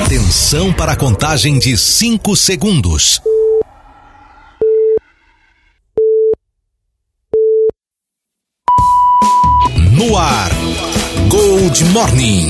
Atenção para a contagem de 5 segundos. No ar, Gold Morning.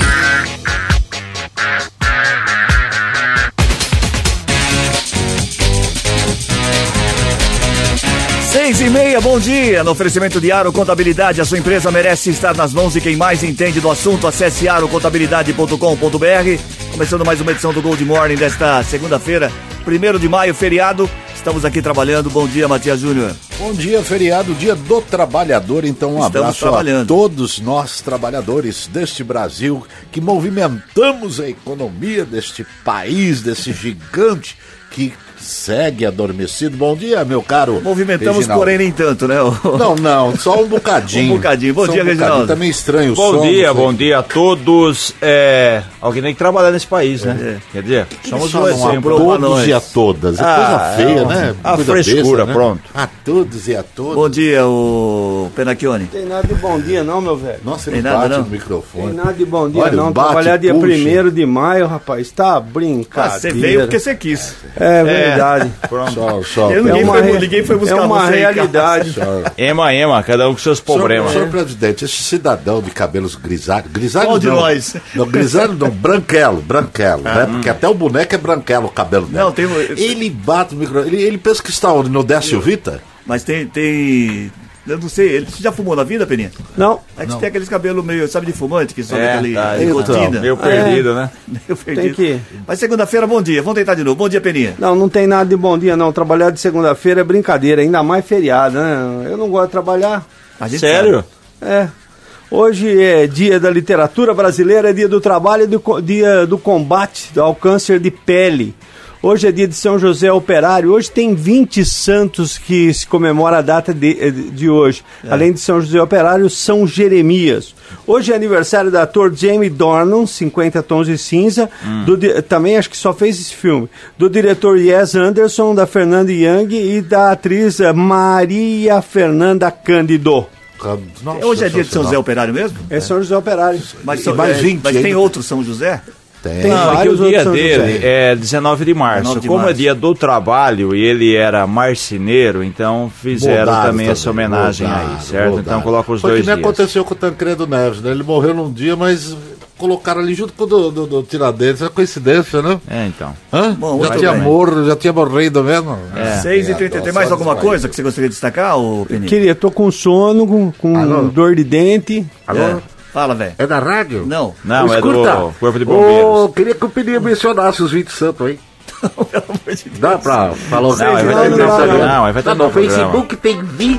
6:30, bom dia. No oferecimento de Aro Contabilidade, a sua empresa merece estar nas mãos de quem mais entende do assunto. Acesse arocontabilidade.com.br. Começando mais uma edição do Gold Morning desta segunda-feira, 1º de maio, feriado. Estamos aqui trabalhando. Bom dia, Matias Júnior. Bom dia, feriado, dia do trabalhador. Então abraço a todos nós trabalhadores deste Brasil que movimentamos a economia deste país, desse gigante que segue adormecido. Bom dia, meu caro Movimentamos, Reginaldo. Porém nem tanto, né? Não, só um bocadinho. Um bocadinho. Bom dia, Reginaldo. Tá meio estranho o som. Bom dia a todos. Alguém tem que trabalhar nesse país, né? Quer dizer, somos um exemplo. A todos e a todas. É coisa feia, né? A frescura, né? Pronto. A todos e a todas. Bom dia, o Penacchione. Tem nada de bom dia não, meu velho. Nossa, ele bate no microfone. Tem nada de bom dia. Olha, não. Trabalhar dia 1º de maio, rapaz, tá brincadeira. Você veio porque você quis. É verdade. Pronto. Só. Ninguém foi buscar você. É uma realidade. Ema, cada um com seus problemas. Senhor presidente, esse cidadão de cabelos grisalhos. Qual de nós? Não, grisalho não, branquelo, né? Porque até o boneco é branquelo o cabelo dele. Não, tem... Ele bate no microfone. Ele pensa que está onde? No Décio Vita? Mas tem... Eu não sei, você já fumou na vida, Peninha? Não. É que você tem aqueles cabelos meio, sabe, de fumante, que sobe aquele nicotina. Meio perdido, né? Meio perdido. Tem que... Mas segunda-feira, bom dia. Vamos tentar de novo. Bom dia, Peninha. Não tem nada de bom dia, não. Trabalhar de segunda-feira é brincadeira, ainda mais feriado, né? Eu não gosto de trabalhar. Sério? É. Hoje é dia da literatura brasileira, é dia do trabalho e dia do combate ao câncer de pele. Hoje é dia de São José Operário. Hoje tem 20 santos que se comemora a data de hoje. Além de São José Operário, São Jeremias. Hoje é aniversário do ator Jamie Dornan, 50 Tons de Cinza. Também acho que só fez esse filme. Do diretor Wes Anderson, da Fernanda Young e da atriz Maria Fernanda Cândido. Nossa, hoje é dia de São José Operário mesmo? É São José Operário. Mas tem outro São José? Tem vários o dia outros dele é 19 de março. Como é dia do trabalho e ele era marceneiro, então fizeram também essa homenagem aí, certo? Então coloca os dois dias. Foi que nem aconteceu com o Tancredo Neves, né? Ele morreu num dia, mas colocaram ali junto com o do Tiradentes. É coincidência, né? Então. Bom, já tinha morrido mesmo. 6h30. Tem mais alguma coisa que você gostaria de destacar, Peninha? Queria, tô com sono, com dor de dente. Alô? Fala, velho. É da rádio? Não, é do Corpo de Bombeiros. Queria que o Peninha mencionasse os 20 santos aí. Pelo amor de Deus. Dá pra falar os 20 Não, vai ter no Facebook tem 20.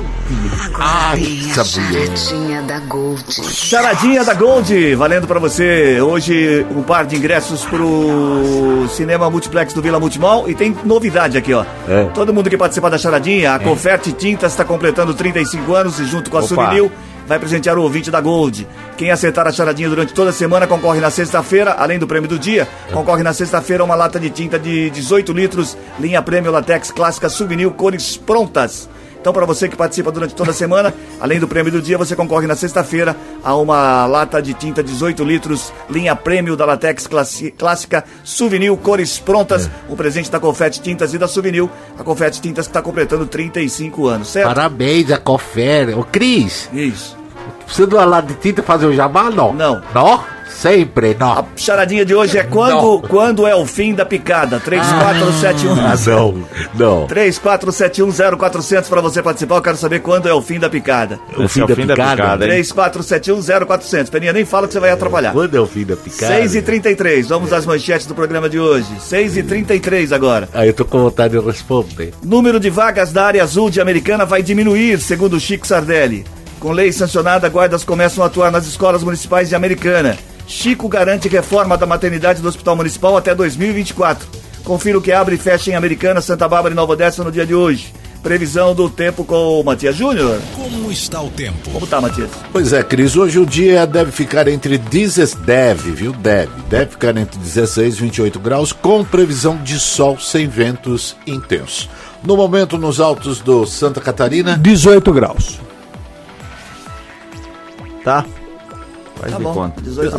Charadinha da Gold. Charadinha da Gold, valendo pra você hoje um par de ingressos pro Cinema Multiplex do Vila Multimol. E tem novidade aqui, ó. Todo mundo que participar da charadinha, a Conferte Tintas está completando 35 anos e junto com a Souvenir vai presentear o ouvinte da Gold. Quem acertar a charadinha durante toda a semana concorre na sexta-feira, além do prêmio do dia, concorre na sexta-feira uma lata de tinta de 18 litros, linha Prêmio Latex Clássica Souvenir, cores prontas. Então, para você que participa durante toda a semana, além do prêmio do dia, você concorre na sexta-feira a uma lata de tinta 18 litros, linha Prêmio da Latex Clássica Souvenir, cores prontas, um presente da Confete Tintas e da Souvenir, a Confete Tintas que está completando 35 anos, certo? Parabéns, a Confere. Ô, Cris. Isso. Precisa de uma lata de tinta fazer o jabá, não? Não. Não? Sempre, não. A charadinha de hoje é quando é o fim da picada. 3471. Não. 34710400 para você participar. Eu quero saber quando é o fim da picada. O fim da picada. 34710400. Peninha, nem fala que você vai atrapalhar. Quando é o fim da picada? 6h33. Vamos às manchetes do programa de hoje. 6h33 agora. Eu tô com vontade de responder. Número de vagas da área azul de Americana vai diminuir, segundo Chico Sardelli. Com lei sancionada, guardas começam a atuar nas escolas municipais de Americana. Chico garante reforma da maternidade do Hospital Municipal até 2024. Confira o que abre e fecha em Americana, Santa Bárbara e Nova Odessa no dia de hoje. Previsão do tempo com o Matias Júnior. Como está o tempo? Como tá, Matias? Pois é, Cris, hoje o dia deve ficar entre deve ficar entre 16 e 28 graus, com previsão de sol sem ventos intensos. No momento, nos altos do Santa Catarina, 18 graus. Tá? Faz Tá de bom, conta. 18 graus.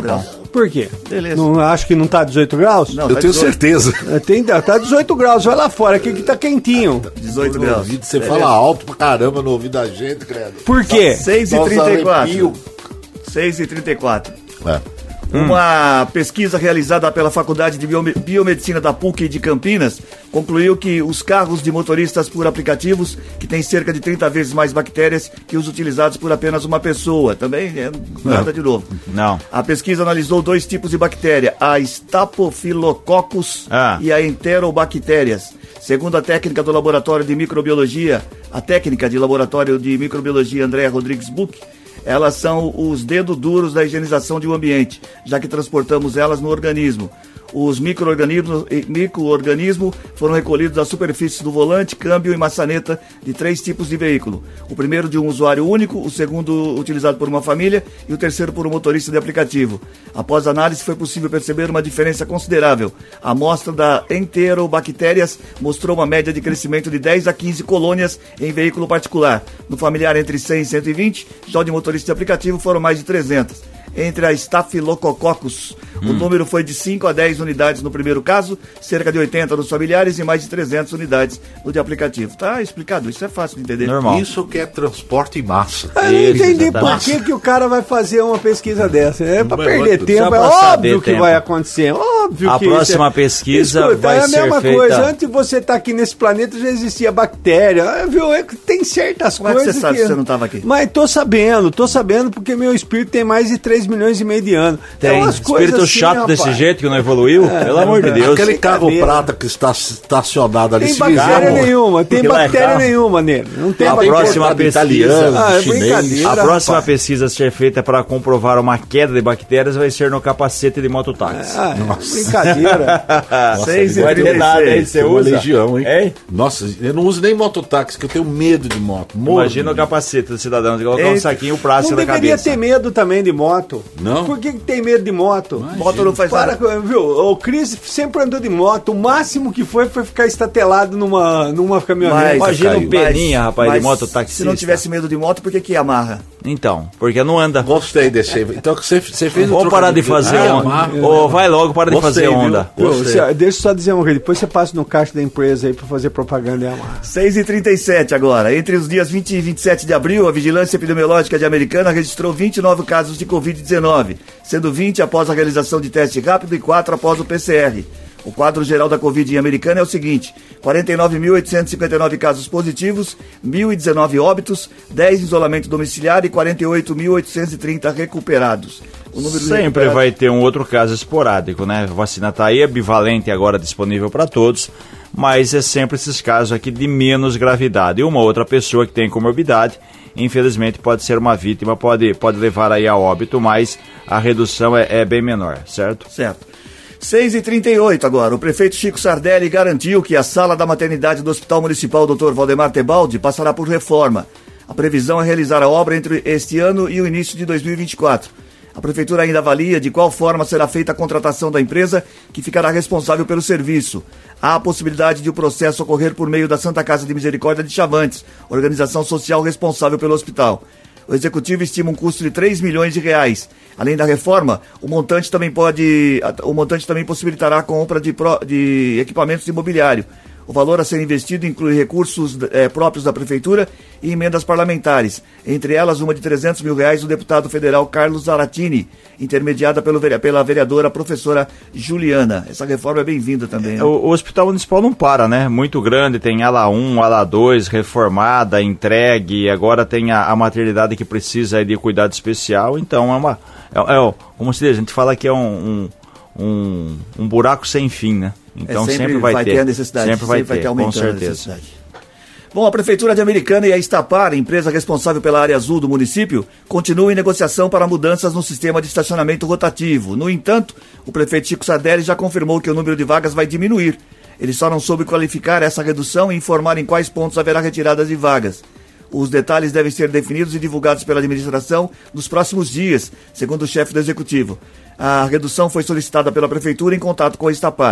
Por quê? Beleza. Não, acho que não tá 18 graus? Não, eu tenho 18. Certeza. Tá 18 graus, vai lá fora, aqui que tá quentinho. 18 graus. Ouvido, você fala alto pra caramba no ouvido da gente, credo. Por quê? 6h34. 6h34. Uma pesquisa realizada pela Faculdade de Biomedicina da PUC de Campinas concluiu que os carros de motoristas por aplicativos, que têm cerca de 30 vezes mais bactérias que os utilizados por apenas uma pessoa. Também é nada de novo. Não. A pesquisa analisou 2 tipos de bactéria, a Staphylococcus e a Enterobacterias. Segundo a técnica do Laboratório de Microbiologia, Andréa Rodrigues Buch, elas são os dedos duros da higienização de um ambiente, já que transportamos elas no organismo. Os micro-organismos foram recolhidos das superfícies do volante, câmbio e maçaneta de 3 tipos de veículo. O primeiro de um usuário único, o segundo utilizado por uma família e o terceiro por um motorista de aplicativo. Após a análise, foi possível perceber uma diferença considerável. A amostra da Enterobacterias mostrou uma média de crescimento de 10 a 15 colônias em veículo particular. No familiar, entre 100 e 120, já o de motorista de aplicativo foram mais de 300. Entre a Staphylococcus, o número foi de 5 a 10 unidades no primeiro caso, cerca de 80 nos familiares e mais de 300 unidades no de aplicativo. Tá explicado, isso é fácil de entender. Normal. Isso que é transporte em massa. Eu não entendi por que o cara vai fazer uma pesquisa dessa. É pra perder tempo, é óbvio que vai acontecer, óbvio que... A próxima pesquisa vai ser feita... É a mesma coisa, antes de você estar aqui nesse planeta já existia bactéria, viu? Tem certas coisas que... Como é que você sabe que você não estava aqui? Mas tô sabendo porque meu espírito tem mais de 3 milhões e meio de anos. Tem espírito assim, chato rapaz. Desse jeito que não evoluiu? Pelo amor de Deus. Aquele carro prata que está estacionado ali. Tem bactéria nenhuma nele. Não tem a próxima pesquisa brincadeira, a próxima pesquisa a ser feita para comprovar uma queda de bactérias vai ser no capacete de mototáxi. Nossa. Brincadeira. 6h36. Você usa? Legião, hein? Nossa, eu não uso nem mototáxi, que eu tenho medo de moto. Imagina o capacete do cidadão de colocar um saquinho plástico na cabeça. Não deveria ter medo também de moto. Não? Por que tem medo de moto? Moto não faz nada. Viu? O Cris sempre andou de moto. O máximo que foi ficar estatelado numa caminhonete. Imagina o Peninha, rapaz, de mototaxista. Se não tivesse medo de moto, por que amarra? Então, porque não anda. Gostei desse. Então você fez Vamos parar de fazer onda. Vai logo, para de fazer onda. Deixa eu só dizer uma coisa. Depois você passa no caixa da empresa aí pra fazer propaganda e amarra. 6h37 agora. Entre os dias 20 e 27 de abril, a Vigilância Epidemiológica de Americana registrou 29 casos de Covid-19, sendo 20 após a realização de teste rápido e 4 após o PCR. O quadro geral da Covid em Americana é o seguinte: 49.859 casos positivos, 1.019 óbitos, 10 isolamento domiciliar e 48.830 recuperados. O número sempre vai ter um outro caso esporádico, né? A vacina está aí, é bivalente agora disponível para todos, mas é sempre esses casos aqui de menos gravidade. E uma outra pessoa que tem comorbidade, infelizmente pode ser uma vítima, pode levar aí a óbito, mas a redução é bem menor, certo? Certo. 6h38 agora. O prefeito Chico Sardelli garantiu que a sala da maternidade do Hospital Municipal Dr. Valdemar Tebaldi passará por reforma. A previsão é realizar a obra entre este ano e o início de 2024. A prefeitura ainda avalia de qual forma será feita a contratação da empresa que ficará responsável pelo serviço. Há a possibilidade de o processo ocorrer por meio da Santa Casa de Misericórdia de Chavantes, organização social responsável pelo hospital. O executivo estima um custo de 3 milhões de reais. Além da reforma, o montante também possibilitará a compra de equipamentos imobiliários. O valor a ser investido inclui recursos próprios da Prefeitura e emendas parlamentares, entre elas uma de R$300 mil do deputado federal Carlos Zaratini, intermediada pela vereadora professora Juliana. Essa reforma é bem-vinda também. Né? O Hospital Municipal não para, né? Muito grande, tem ala 1, ala 2, reformada, entregue, agora tem a maternidade que precisa de cuidado especial, então como se diz, a gente fala que é um buraco sem fim, né? Então sempre vai ter a necessidade, sempre vai ter, aumentando, com certeza. A necessidade. Bom, a Prefeitura de Americana e a Estapar, empresa responsável pela área azul do município, continuam em negociação para mudanças no sistema de estacionamento rotativo. No entanto, o prefeito Chico Sardelli já confirmou que o número de vagas vai diminuir. Ele só não soube qualificar essa redução e informar em quais pontos haverá retiradas de vagas. Os detalhes devem ser definidos e divulgados pela administração nos próximos dias, segundo o chefe do executivo. A redução foi solicitada pela Prefeitura em contato com a Estapar.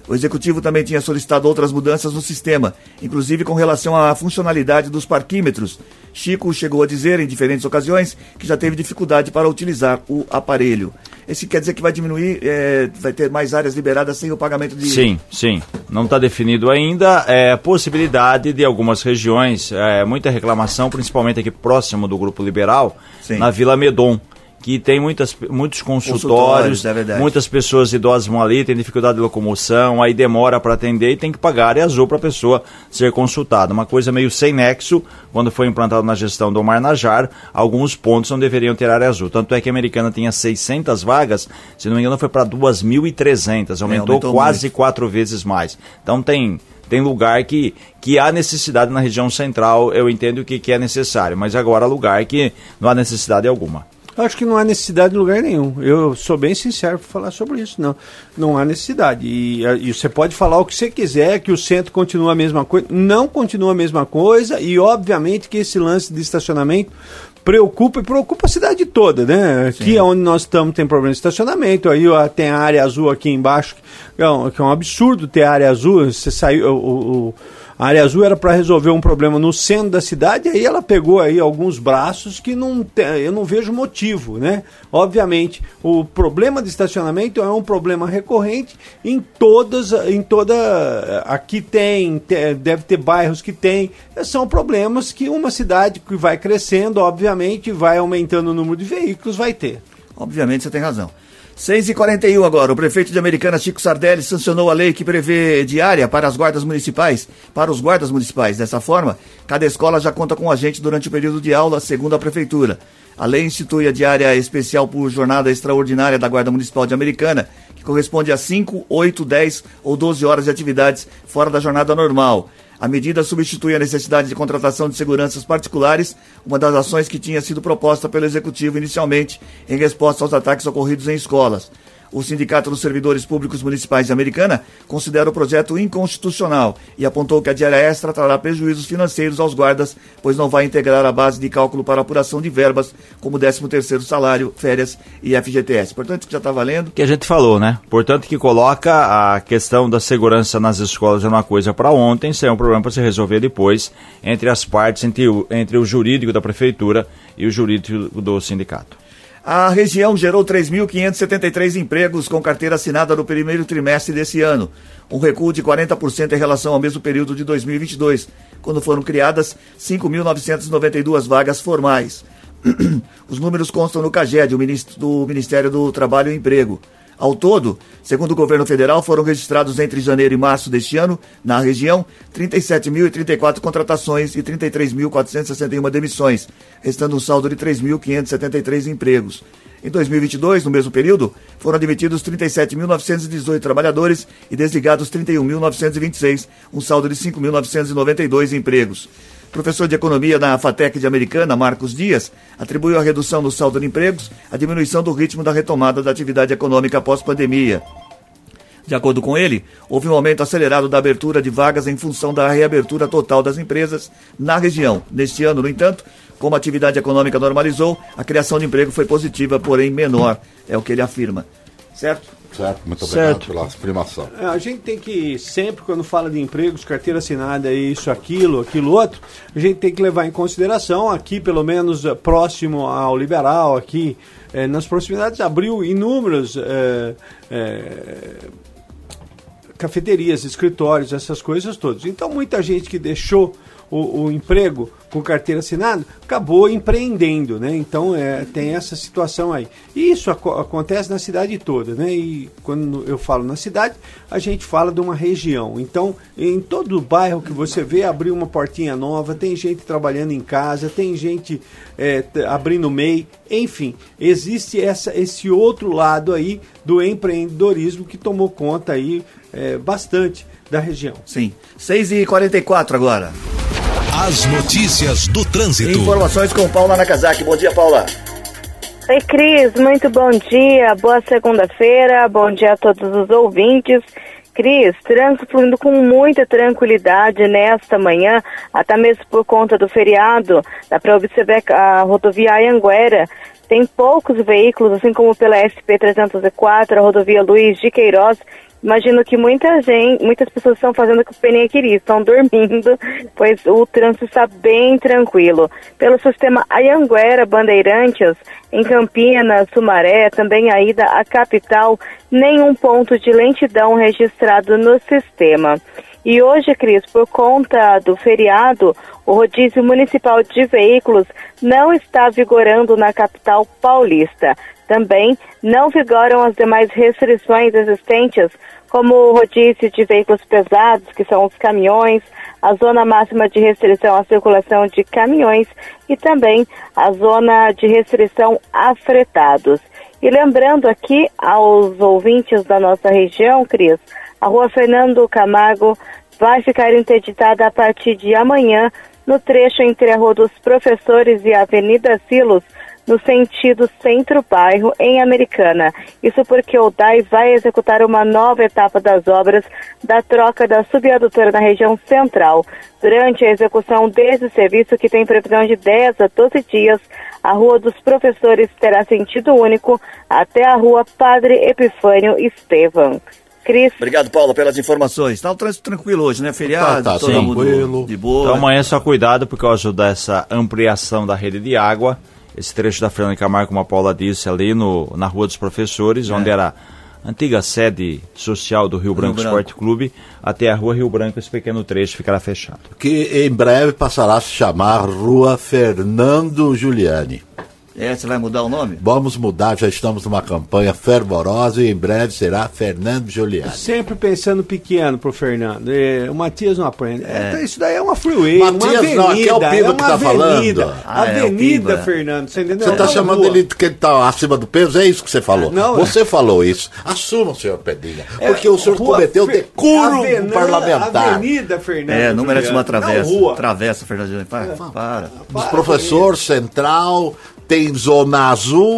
O executivo também tinha solicitado outras mudanças no sistema, inclusive com relação à funcionalidade dos parquímetros. Chico chegou a dizer em diferentes ocasiões que já teve dificuldade para utilizar o aparelho. Esse quer dizer que vai diminuir, vai ter mais áreas liberadas sem o pagamento de... Sim. Não está definido ainda. Possibilidade de algumas regiões, muita reclamação, principalmente aqui próximo do Grupo Liberal, na Vila Medon, que tem muitos consultórios, muitas pessoas idosas vão ali, tem dificuldade de locomoção, aí demora para atender e tem que pagar área azul para a pessoa ser consultada. Uma coisa meio sem nexo, quando foi implantado na gestão do Omar Najar, alguns pontos não deveriam ter área azul. Tanto é que a Americana tinha 600 vagas, se não me engano foi para 2.300, aumentou quase 4 vezes mais. Então tem lugar que há necessidade na região central, eu entendo que é necessário, mas agora lugar que não há necessidade alguma. Acho que não há necessidade em lugar nenhum. Eu sou bem sincero para falar sobre isso. Não há necessidade. E você pode falar o que você quiser, que o centro continua a mesma coisa. Não continua a mesma coisa e, obviamente, que esse lance de estacionamento preocupa a cidade toda, né? Sim. Aqui onde nós estamos tem problema de estacionamento. Aí tem a área azul aqui embaixo, que é um absurdo ter área azul. Você saiu... A área azul era para resolver um problema no centro da cidade, aí ela pegou aí alguns braços que eu não vejo motivo, né? Obviamente, o problema de estacionamento é um problema recorrente aqui deve ter bairros que tem, são problemas que uma cidade que vai crescendo, obviamente, vai aumentando o número de veículos, vai ter. Obviamente, você tem razão. 6h41 agora, o prefeito de Americana, Chico Sardelli, sancionou a lei que prevê diária para os guardas municipais. Dessa forma, cada escola já conta com um agente durante o período de aula, segundo a prefeitura. A lei institui a diária especial por jornada extraordinária da Guarda Municipal de Americana, que corresponde a 5, 8, 10 ou 12 horas de atividades fora da jornada normal. A medida substitui a necessidade de contratação de seguranças particulares, uma das ações que tinha sido proposta pelo Executivo inicialmente em resposta aos ataques ocorridos em escolas. O Sindicato dos Servidores Públicos Municipais de Americana considera o projeto inconstitucional e apontou que a diária extra trará prejuízos financeiros aos guardas, pois não vai integrar a base de cálculo para apuração de verbas, como 13º salário, férias e FGTS. Portanto, que já está valendo. Que a gente falou, né? Portanto, que coloca a questão da segurança nas escolas é uma coisa para ontem, isso é um problema para se resolver depois entre as partes, entre o jurídico da prefeitura e o jurídico do sindicato. A região gerou 3.573 empregos com carteira assinada no primeiro trimestre desse ano, um recuo de 40% em relação ao mesmo período de 2022, quando foram criadas 5.992 vagas formais. Os números constam no CAGED, do Ministério do Trabalho e Emprego. Ao todo, segundo o governo federal, foram registrados entre janeiro e março deste ano, na região, 37.034 contratações e 33.461 demissões, restando um saldo de 3.573 empregos. Em 2022, no mesmo período, foram admitidos 37.918 trabalhadores e desligados 31.926, um saldo de 5.992 empregos. Professor de Economia na FATEC de Americana, Marcos Dias, atribuiu a redução no saldo de empregos à diminuição do ritmo da retomada da atividade econômica após pandemia. De acordo com ele, houve um aumento acelerado da abertura de vagas em função da reabertura total das empresas na região. Neste ano, no entanto, como a atividade econômica normalizou, a criação de emprego foi positiva, porém menor, é o que ele afirma. Certo? Certo, muito obrigado pela afirmação. A gente tem que, sempre quando fala de empregos, carteira assinada, isso, aquilo outro, a gente tem que levar em consideração, aqui pelo menos próximo ao Liberal, aqui nas proximidades, abriu inúmeras cafeterias, escritórios, essas coisas todas. Então muita gente que deixou o emprego com carteira assinada, acabou empreendendo, né? Então tem essa situação aí. E isso acontece na cidade toda, né? E quando eu falo na cidade, a gente fala de uma região. Então, em todo bairro que você vê, abriu uma portinha nova, tem gente trabalhando em casa, tem gente abrindo MEI, enfim, existe esse outro lado aí do empreendedorismo que tomou conta aí bastante da região. Sim. 6h44 agora. As notícias do trânsito. Informações com Paula Nakazaki. Bom dia, Paula. Oi, Cris. Muito bom dia. Boa segunda-feira. Bom dia a todos os ouvintes. Cris, trânsito fluindo com muita tranquilidade nesta manhã, até mesmo por conta do feriado. Dá para observar a rodovia Anhanguera tem poucos veículos, assim como pela SP-304, a rodovia Luiz de Queiroz, Imagino que muitas pessoas estão fazendo o que o Peninha queria, estão dormindo, pois o trânsito está bem tranquilo. Pelo sistema Anhanguera Bandeirantes, em Campinas, Sumaré, também a ida à capital, nenhum ponto de lentidão registrado no sistema. E hoje, Cris, por conta do feriado, o rodízio municipal de veículos não está vigorando na capital paulista. Também não vigoram as demais restrições existentes, como o rodízio de veículos pesados, que são os caminhões, a zona máxima de restrição à circulação de caminhões e também a zona de restrição a fretados. E lembrando aqui aos ouvintes da nossa região, Cris, a rua Fernando Camargo vai ficar interditada a partir de amanhã no trecho entre a Rua dos Professores e a Avenida Silos, no sentido centro-bairro, em Americana. Isso porque o DAI vai executar uma nova etapa das obras da troca da subadutora na região central. Durante a execução desse serviço, que tem previsão de 10 a 12 dias, a Rua dos Professores terá sentido único até a Rua Padre Epifânio Estevam. Cris. Obrigado, Paulo, pelas informações. Tá um trânsito tranquilo hoje, né? Feriado, todo mundo de boa. Então amanhã só cuidado por causa dessa ampliação da rede de água. Esse trecho da Fernando Camargo, como a Paula disse, ali na Rua dos Professores, onde era a antiga sede social do Rio Branco Esporte Clube, até a Rua Rio Branco, esse pequeno trecho ficará fechado. Que em breve passará a se chamar Rua Fernando Giuliani. Você vai mudar o nome? Vamos mudar, já estamos numa campanha fervorosa e em breve será Fernando Giuliani. Sempre pensando pequeno pro Fernando. O Matias não aprende. Isso daí é uma freeway, Matias, uma avenida. Não, aqui é o Piba que tá falando. Avenida, Fernando, você entendeu? Você tá chamando ele que ele tá acima do peso? É isso que você falou. Você falou isso. Assuma, senhor Pedrinha. Porque o senhor cometeu decoro parlamentar. Avenida, Fernando. Não merece uma travessa. Travessa, Fernando Giuliani. Para. Os professor central... Tem zona azul,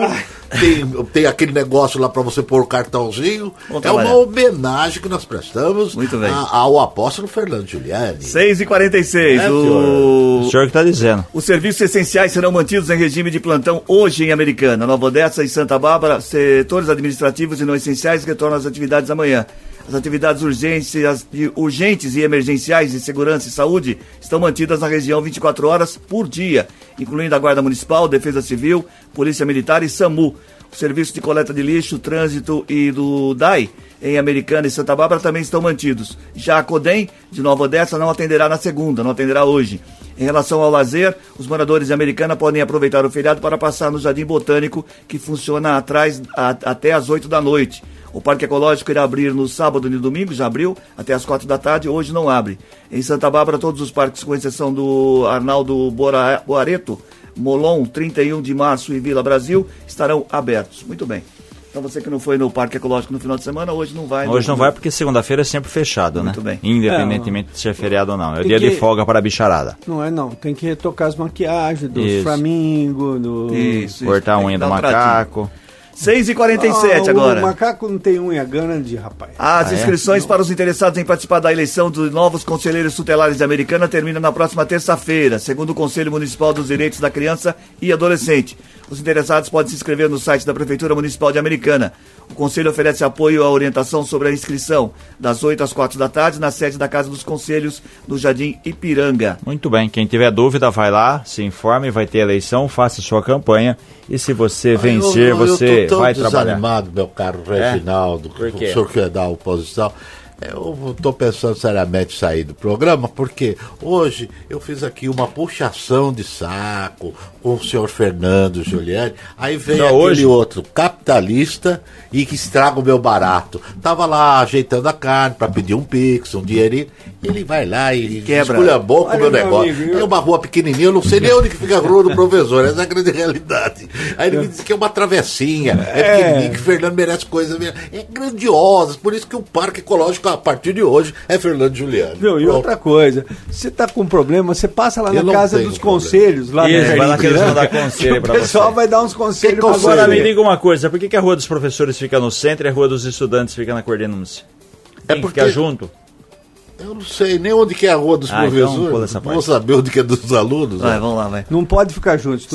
tem aquele negócio lá para você pôr o cartãozinho. É uma homenagem que nós prestamos ao apóstolo Fernando Giuliani. 6h46. O senhor que está dizendo. Os serviços essenciais serão mantidos em regime de plantão hoje em Americana, Nova Odessa e Santa Bárbara. Setores administrativos e não essenciais retornam às atividades amanhã. As atividades urgentes e emergenciais de segurança e saúde estão mantidas na região 24 horas por dia, incluindo a Guarda Municipal, Defesa Civil, Polícia Militar e SAMU. O serviço de coleta de lixo, trânsito e do DAI em Americana e Santa Bárbara também estão mantidos. Já a CODEM de Nova Odessa não atenderá na segunda, não atenderá hoje. Em relação ao lazer, os moradores de Americana podem aproveitar o feriado para passar no Jardim Botânico, que funciona até às 8 da noite. O Parque Ecológico irá abrir no sábado e no domingo, já abriu, até às 4 da tarde, hoje não abre. Em Santa Bárbara, todos os parques, com exceção do Arnaldo Boareto, Molon, 31 de março e Vila Brasil, estarão abertos. Muito bem. Então você que não foi no Parque Ecológico no final de semana, hoje não vai. Hoje não vai porque segunda-feira é sempre fechado, Muito né? Bem. Independentemente de ser feriado ou não. É o dia de folga para a bicharada. Não. Tem que retocar as maquiagens dos flamingos, cortar a unha do macaco. 6h47 agora. O macaco não tem unha grande, rapaz. As inscrições para os interessados em participar da eleição dos novos conselheiros tutelares de Americana terminam na próxima terça-feira, segundo o Conselho Municipal dos Direitos da Criança e Adolescente. Os interessados podem se inscrever no site da Prefeitura Municipal de Americana. O Conselho oferece apoio à orientação sobre a inscrição, das 8 às 4 da tarde, na sede da Casa dos Conselhos, do Jardim Ipiranga. Muito bem, quem tiver dúvida, vai lá, se informe, vai ter eleição, faça sua campanha, e se você vencer, você vai trabalhar. Eu estou desanimado, meu caro Reginaldo, o senhor quer dar oposição. Eu estou pensando seriamente em sair do programa, porque hoje eu fiz aqui uma puxação de saco com o senhor Fernando Giuliani, aí veio aquele outro capitalista e que estraga o meu barato. Tava lá ajeitando a carne para pedir um pix, um dinheirinho, e ele vai lá e esculhambou com o meu negócio. É uma rua pequenininha, eu não sei nem onde que fica a rua do professor, essa é a grande realidade. Aí ele me disse que é uma travessinha, pequenininha, que Fernando merece coisas grandiosas, por isso que o Parque Ecológico a partir de hoje é Fernando Giuliani. E outra coisa, você tá com problema, você passa lá na Casa dos Conselhos, lá no Jardim vai lá que eles vão dar conselho pra você. O pessoal vai dar uns conselhos pra você. Agora me diga uma coisa, por que a Rua dos Professores fica no centro e a Rua dos Estudantes fica na Coordenância? É porque fica junto? Eu não sei nem onde que é a rua dos professores. Então vou saber onde que é dos alunos. Vai, vamos lá, vai. Não pode ficar juntos.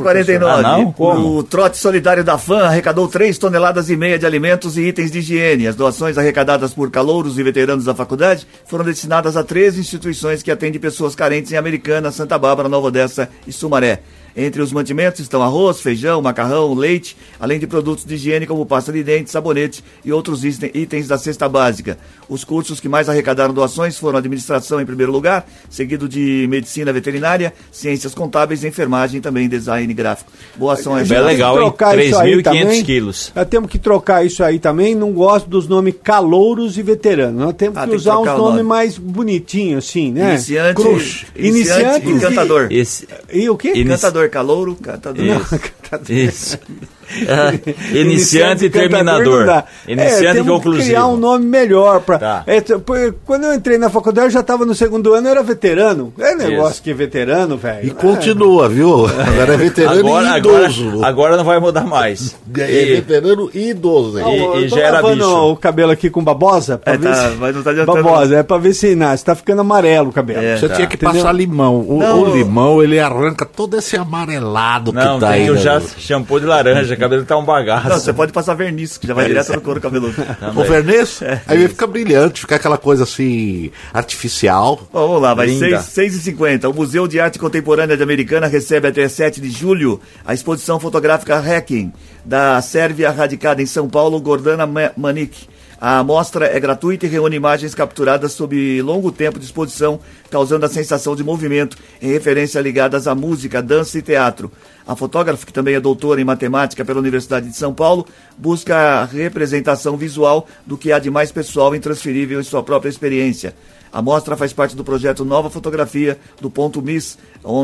6h49. O trote solidário da FAM arrecadou 3,5 toneladas de alimentos e itens de higiene. As doações arrecadadas por calouros e veteranos da faculdade foram destinadas a 13 instituições que atendem pessoas carentes em Americana, Santa Bárbara, Nova Odessa e Sumaré. Entre os mantimentos estão arroz, feijão, macarrão, leite, além de produtos de higiene como pasta de dente, sabonete e outros itens da cesta básica. Os cursos que mais arrecadaram doações foram administração em primeiro lugar, seguido de medicina veterinária, ciências contábeis, enfermagem e também design gráfico. Boa ação aí. Bem legal, hein? 3.500 quilos. Nós temos que trocar isso aí também. Não gosto dos nomes calouros e veteranos. Nós temos que usar uns nomes mais bonitinhos, assim, né? Iniciante e cantador. E o quê? Cantador. Calouro, cantador. Isso. Iniciante e terminador. Iniciante e conclusivo. Que criar um nome melhor. Quando eu entrei na faculdade, eu já estava no segundo ano, eu era veterano. É negócio que é veterano, velho. E continua, viu? Agora é veterano e idoso. Agora não vai mudar mais. É veterano e idoso. E já era bicho. O cabelo aqui com babosa. Mas não tá adiantando. Babosa, é pra ver se nasce. Tá ficando amarelo o cabelo. Você tinha que passar limão. O limão, ele arranca todo esse amarelado que tá aí. Não, tem já shampoo de laranja, o cabelo tá um bagaço. Não, você pode passar verniz, que já vai direto no couro cabeludo. O verniz? Aí fica brilhante, fica aquela coisa assim, artificial. Bom, vamos lá, vai 6h50. O Museu de Arte Contemporânea de Americana recebe até 7 de julho a exposição fotográfica Hacking, da Sérvia radicada em São Paulo, Gordana Manic. A amostra é gratuita e reúne imagens capturadas sob longo tempo de exposição, causando a sensação de movimento em referência ligadas à música, dança e teatro. A fotógrafa, que também é doutora em matemática pela Universidade de São Paulo, busca a representação visual do que há de mais pessoal e intransferível em sua própria experiência. A mostra faz parte do projeto Nova Fotografia do Ponto Miss,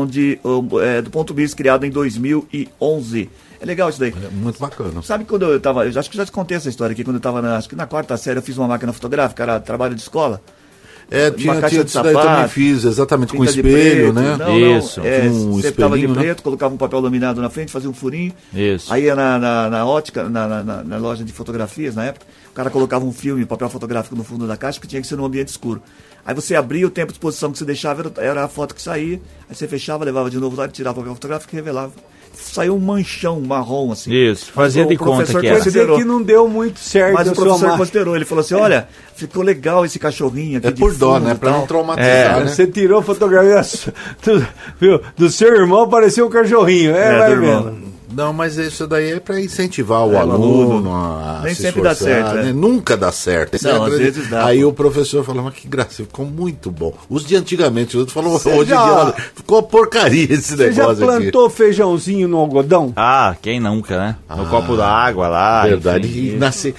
do Ponto Miss, criado em 2011. É legal isso daí. É muito bacana. Sabe quando eu estava... Eu acho que já te contei essa história aqui. Quando eu estava na 4ª série, eu fiz uma máquina fotográfica, era trabalho de escola. Tinha isso daí também fiz, exatamente, com espelho, né? Isso. Você estava de preto, colocava um papel laminado na frente, fazia um furinho. Isso. Aí ia na ótica, na loja de fotografias, na época, o cara colocava um filme, papel fotográfico no fundo da caixa, que tinha que ser num ambiente escuro. Aí você abria, o tempo de exposição que você deixava era a foto que saía, aí você fechava, levava de novo lá, tirava o papel fotográfico e revelava. Saiu um manchão marrom, assim. Isso, fazia de conta que era. Considerou que não deu muito certo. Mas o professor considerou, ele falou assim, olha, ficou legal esse cachorrinho aqui. É por dó, né? Pra não traumatizar, né? Você tirou fotografia do seu irmão, parecia um cachorrinho. Vai vendo. Não, mas isso daí é para incentivar o aluno a nem se sempre esforçar, dá certo, né? Nunca dá certo. Não, às vezes dá. Aí o professor falou, mas que graça, ficou muito bom. Os de antigamente, os outros falaram, hoje em dia, ficou uma porcaria esse negócio aqui. Você já plantou feijãozinho no algodão? Ah, quem nunca, né? No copo d'água lá. Verdade.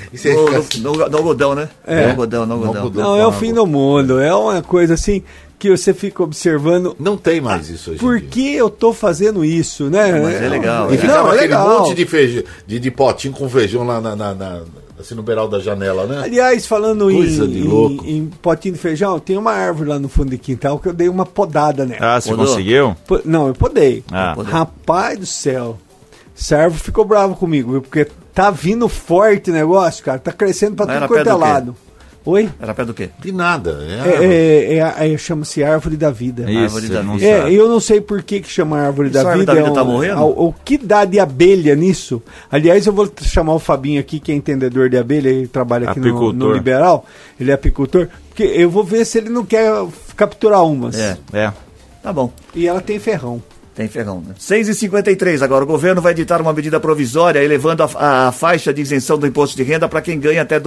No algodão, né? No algodão. Não, é o fim do mundo. É uma coisa assim... que você fica observando. Não tem mais isso hoje. Por que eu tô fazendo isso, né? Mas é legal. E ficava aquele monte de feijão, de potinho com feijão lá assim no beiral da janela, né? Aliás, falando em potinho de feijão, tem uma árvore lá no fundo de quintal que eu dei uma podada nela. Ah, você conseguiu? Não, eu podei. Rapaz do céu. Essa árvore ficou bravo comigo, viu? Porque tá vindo forte o negócio, cara. Tá crescendo pra tudo quanto é lado. Oi? Era perto do quê? De nada. Chama-se Árvore da Vida. Isso, Árvore da Vida. Eu não sei por que chama Árvore da Vida. A Árvore da Vida tá morrendo? O que dá de abelha nisso? Aliás, eu vou chamar o Fabinho aqui, que é entendedor de abelha, ele trabalha aqui no Liberal. Ele é apicultor. Porque eu vou ver se ele não quer capturar umas. Tá bom. E ela tem ferrão. Tem ferrão, né? 6h53 agora. O governo vai editar uma medida provisória elevando a faixa de isenção do imposto de renda para quem ganha até R$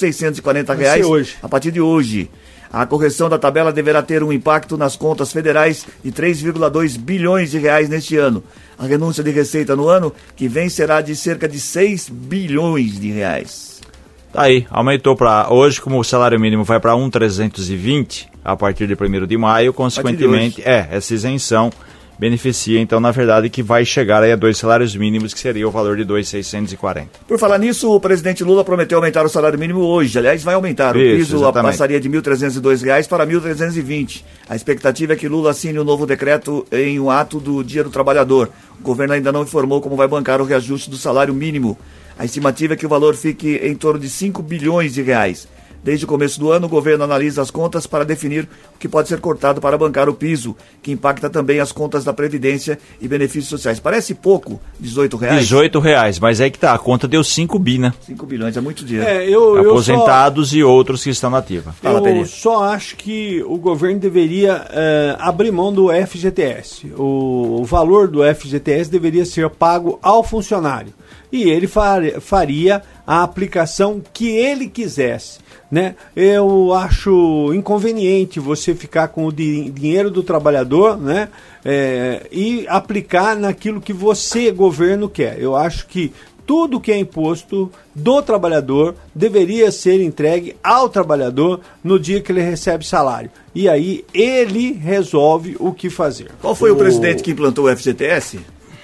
2.640 a partir de hoje. A correção da tabela deverá ter um impacto nas contas federais de 3,2 bilhões de reais neste ano. A renúncia de receita no ano que vem será de cerca de 6 bilhões de reais. Tá aí, aumentou para hoje, como o salário mínimo vai para 1.320 a partir de 1º de maio, consequentemente, essa isenção beneficia, então, na verdade, que vai chegar aí a 2 salários mínimos, que seria o valor de 2.640. Por falar nisso, o presidente Lula prometeu aumentar o salário mínimo hoje. Aliás, vai aumentar. O piso passaria de R$ 1.302 para R$ 1.320. A expectativa é que Lula assine o novo decreto em um ato do Dia do Trabalhador. O governo ainda não informou como vai bancar o reajuste do salário mínimo. A estimativa é que o valor fique em torno de 5 bilhões de reais. Desde o começo do ano, o governo analisa as contas para definir o que pode ser cortado para bancar o piso, que impacta também as contas da Previdência e benefícios sociais. Parece pouco, R$18. R$18, mas é que tá, a conta deu 5 bi, né? 5 bilhões, é muito dinheiro. Aposentados e outros que estão na ativa. Eu só acho que o governo deveria abrir mão do FGTS. O valor do FGTS deveria ser pago ao funcionário. E ele faria a aplicação que ele quisesse. Né? Eu acho inconveniente você ficar com o dinheiro do trabalhador, né? E aplicar naquilo que você, governo, quer. Eu acho que tudo que é imposto do trabalhador deveria ser entregue ao trabalhador no dia que ele recebe salário. E aí ele resolve o que fazer. Qual foi o presidente que implantou o FGTS?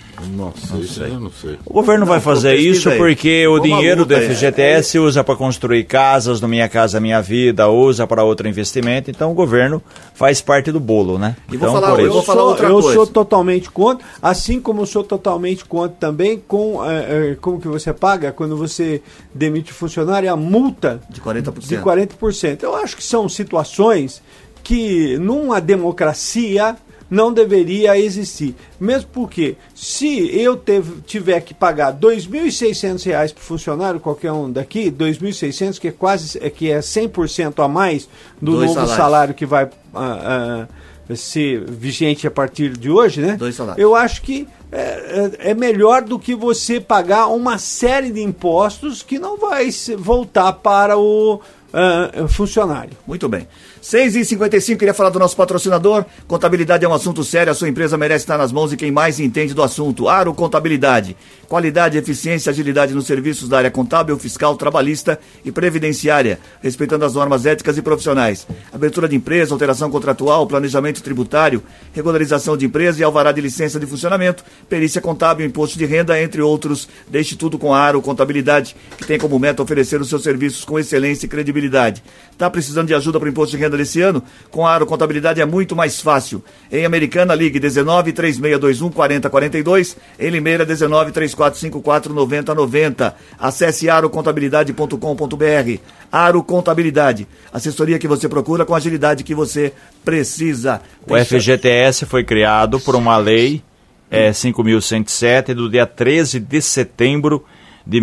Eu não sei. O governo vai fazer isso porque o dinheiro do FGTS usa para construir casas, no Minha Casa Minha Vida, usa para outro investimento, então o governo faz parte do bolo, né? E então, eu vou falar outra coisa. Eu sou totalmente contra, assim como eu sou totalmente contra também com como que você paga quando você demite o funcionário, a multa de 40%. De 40%. Eu acho que são situações que numa democracia não deveria existir. Mesmo porque, se eu tiver que pagar R$2.600 para o funcionário, qualquer um daqui, R$2.600, que é 100% a mais do novo salário que vai ser vigente a partir de hoje, né? 2 salários. Eu acho que é melhor do que você pagar uma série de impostos que não vai voltar para o funcionário. Muito bem. 6h55, queria falar do nosso patrocinador. Contabilidade é um assunto sério, a sua empresa merece estar nas mãos de quem mais entende do assunto. Aro Contabilidade. Qualidade, eficiência, agilidade nos serviços da área contábil, fiscal, trabalhista e previdenciária, respeitando as normas éticas e profissionais. Abertura de empresa, alteração contratual, planejamento tributário, regularização de empresa e alvará de licença de funcionamento, perícia contábil, imposto de renda, entre outros. Deixe tudo com a Aro Contabilidade, que tem como meta oferecer os seus serviços com excelência e credibilidade. Está precisando de ajuda para o imposto de renda desse ano? Com a Aro Contabilidade é muito mais fácil. Em Americana, ligue 19-3621-4042. Em Limeira, 19-3454-9090. Acesse arocontabilidade.com.br. Aro Contabilidade. Assessoria que você procura com a agilidade que você precisa. O FGTS foi criado por uma lei 5.107 do dia 13 de setembro de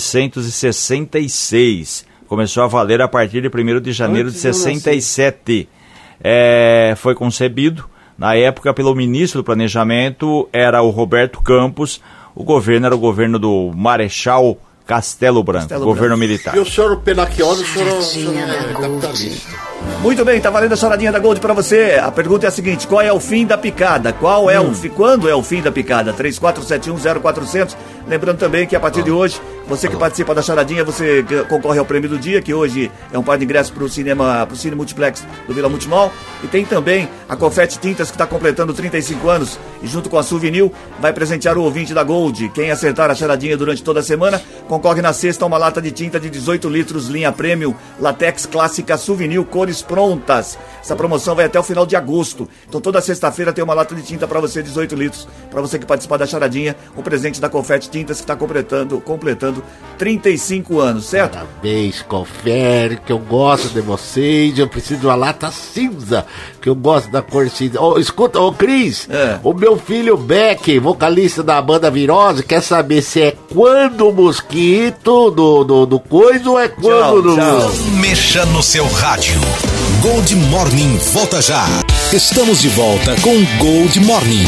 1966. Começou a valer a partir de 1º de janeiro de 67. Foi concebido, na época, pelo ministro do Planejamento, era o Roberto Campos. O governo era o governo do Marechal Castelo Branco, governo militar. E o senhor Penacchione, o senhor é capitalista. Muito bem, tá valendo a choradinha da Gold pra você. A pergunta é a seguinte: qual é o fim da picada? Quando é o fim da picada? 34710400. Lembrando também que a partir de hoje, você que participa da charadinha, você concorre ao prêmio do dia, que hoje é um par de ingressos pro Cine Multiplex do Vila Multimol. E tem também a Confete Tintas, que está completando 35 anos e junto com a Souvenir vai presentear o ouvinte da Gold. Quem acertar a charadinha durante toda a semana concorre na sexta a uma lata de tinta de 18 litros, linha Premium, Latex Clássica Souvenir, cores prontas. Essa promoção vai até o final de agosto. Então toda sexta-feira tem uma lata de tinta para você, 18 litros, para você que participar da charadinha, um presente da Confete Tintas, que está completando 35 anos, certo? Parabéns, Confere, que eu gosto de vocês. Eu preciso de uma lata cinza, que eu gosto da cor cinza. Escuta, Cris, o meu filho Beck, vocalista da banda Virose, quer saber se é quando o mosquito do coisa ou é quando Não mexa no seu rádio. Gold Morning volta já. Estamos de volta com Gold Morning.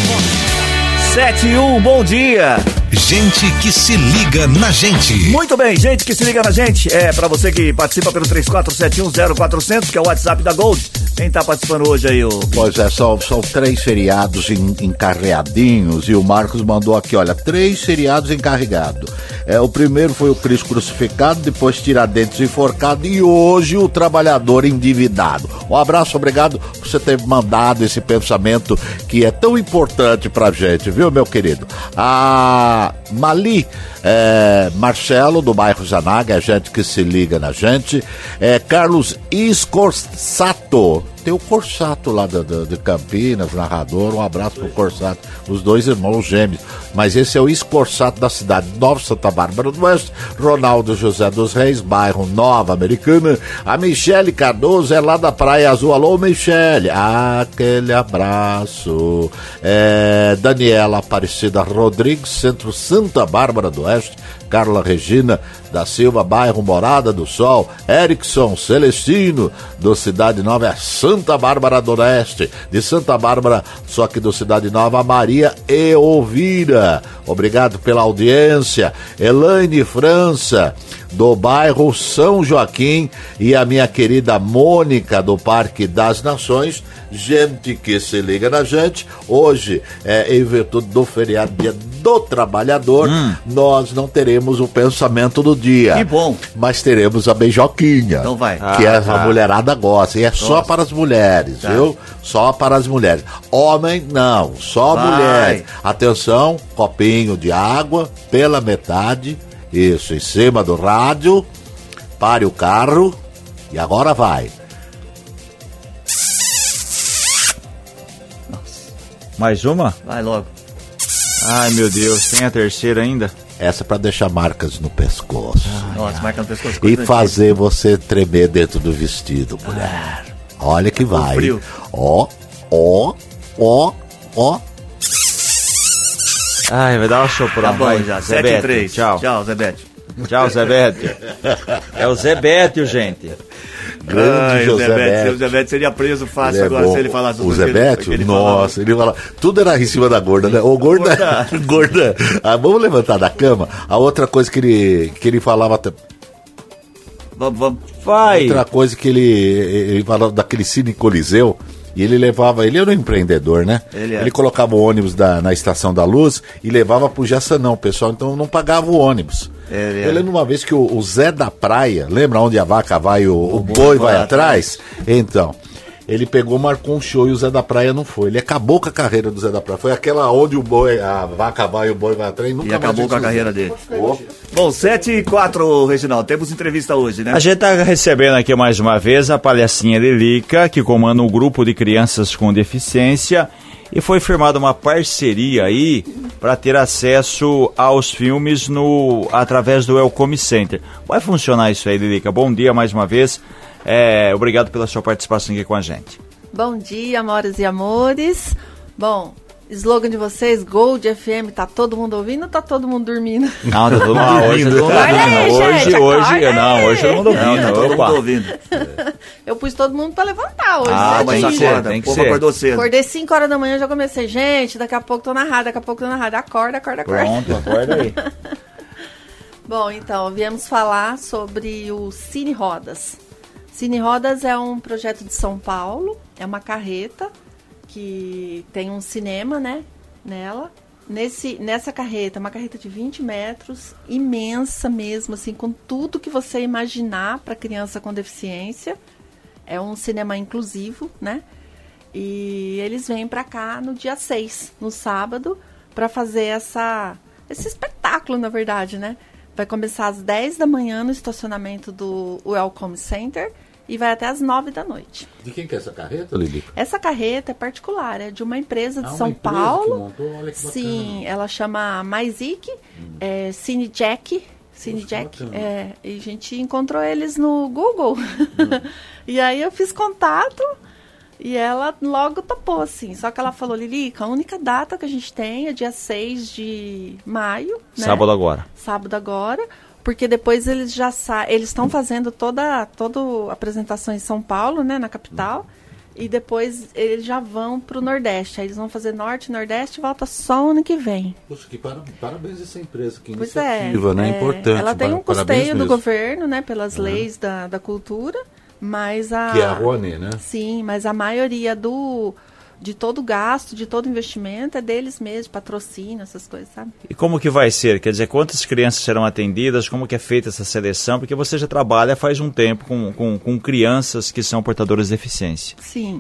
7-1, bom dia. Gente que se liga na gente. Muito bem, gente que se liga na gente. Pra você que participa pelo 34710400, que é o WhatsApp da Gold. Quem tá participando hoje aí? Pois é, são 3 feriados encarreadinhos. E o Marcos mandou aqui, olha, 3 feriados encarregados. O primeiro foi o Cristo crucificado, depois Tiradentes enforcado e hoje o trabalhador endividado. Um abraço, obrigado por você ter mandado esse pensamento que é tão importante pra gente, viu, meu querido? A Mali Marcelo, do bairro Zanaga, é gente que se liga na gente. Carlos Escorsato, tem o Corsato lá de Campinas, narrador, um abraço pro Corsato, os dois irmãos gêmeos. Mas esse é o ex-Corsato da cidade Nova Santa Bárbara do Oeste, Ronaldo José dos Reis, bairro Nova Americana. A Michele Cardoso é lá da Praia Azul. Alô, Michele, aquele abraço. Daniela Aparecida Rodrigues, Centro Santa Bárbara do Oeste. Carla Regina da Silva, bairro Morada do Sol. Erickson Celestino, do Cidade Nova, é Santa Bárbara do Oeste. De Santa Bárbara, só que do Cidade Nova, Maria Eovira. Obrigado pela audiência. Elaine França, do bairro São Joaquim. E a minha querida Mônica, do Parque das Nações. Gente que se liga na gente. Hoje, em virtude do feriado, Dia do Trabalhador, nós não teremos o pensamento do dia. Que bom. Mas teremos a beijoquinha. Então vai. Que a mulherada gosta. E é só para as mulheres, viu? Só para as mulheres. Homem, não. Só mulheres. Atenção, copinho de água pela metade. Isso, em cima do rádio. Pare o carro. E agora vai. Mais uma? Vai logo. Ai, meu Deus, tem a terceira ainda? Essa é pra deixar marcas no pescoço. Nossa, marca no pescoço. E fazer você tremer dentro do vestido, mulher. Olha que vai. Frio. Ó. Ai, vai dar uma soprão. Tá bom, vai. já. Zé 7-3. Tchau. Tchau, Zé Bétio. Tchau, Zé Bétio. É o Zé Bétio, gente. Grande José Bétio. O Zé Bétio seria preso fácil agora se ele falasse o Zé Bétio? Nossa, ele fala. Tudo era em cima da gorda, né? Ô, gorda. Gorda. Vamos levantar da cama. A outra coisa que ele falava. Vamos. Vai. Outra coisa que ele falava daquele Cine Coliseu. E ele levava, ele era um empreendedor, né? Ele colocava o ônibus na Estação da Luz e levava pro Jaçanão, o pessoal então não pagava o ônibus. Eu lembro uma vez que o Zé da Praia, lembra onde a vaca vai, o boi vai atrás? Então, ele pegou, marcou um show e o Zé da Praia não foi. Ele acabou com a carreira do Zé da Praia. Foi aquela onde a vaca vai e o boi vai atrás e nunca mais acabou com a carreira dele. Bom, 7h04, Reginaldo, temos entrevista hoje, né? A gente está recebendo aqui mais uma vez a palhacinha Lilica, que comanda um grupo de crianças com deficiência, e foi firmada uma parceria aí para ter acesso aos filmes através do Welcome Center. Vai funcionar isso aí, Lilica? Bom dia mais uma vez. Obrigado pela sua participação aqui com a gente. Bom dia, amores e amores. Bom, slogan de vocês, Gold FM, tá todo mundo ouvindo ou tá todo mundo dormindo? Não, tá todo mundo ouvindo. Hoje todo mundo ouvindo. Não, tá todo mundo ouvindo. Eu pus todo mundo pra levantar hoje. Mas acorda, tem que ser. Acordou cedo. Acordei 5 horas da manhã, já comecei. Gente, daqui a pouco tô na rádio, Acorda. Pronto, acorda aí. Bom, então, viemos falar sobre o Cine Rodas. Cine Rodas é um projeto de São Paulo, é uma carreta que tem um cinema, né, nela. Nessa carreta, uma carreta de 20 metros, imensa mesmo, assim, com tudo que você imaginar para criança com deficiência. É um cinema inclusivo, né? E eles vêm para cá no dia 6, no sábado, para fazer esse espetáculo, na verdade, né? Vai começar às 10 da manhã no estacionamento do Welcome Center e vai até às 9 da noite. De quem que é essa carreta, Lili? Essa carreta é particular, é de uma empresa de São empresa Paulo. Que montou? Olha que bacana. Sim, ela chama MyZic, Cine Jack. E a gente encontrou eles no Google. E aí eu fiz contato e ela logo topou, assim. Só que ela falou, Lilica, a única data que a gente tem é dia 6 de maio. Né? Sábado agora. Porque depois eles eles estão fazendo toda a apresentação em São Paulo, né, na capital, e depois eles já vão para o Nordeste. Aí eles vão fazer Norte, Nordeste e volta só ano que vem. Poxa, que parabéns a essa empresa, que pois iniciativa, né? Importante. Ela tem um custeio do governo, né, pelas leis da cultura, mas que é a Rony, né? Sim, mas a maioria de todo o gasto, de todo o investimento, é deles mesmos, patrocínio, essas coisas, sabe? E como que vai ser? Quer dizer, quantas crianças serão atendidas? Como que é feita essa seleção? Porque você já trabalha faz um tempo com crianças que são portadoras de deficiência. Sim.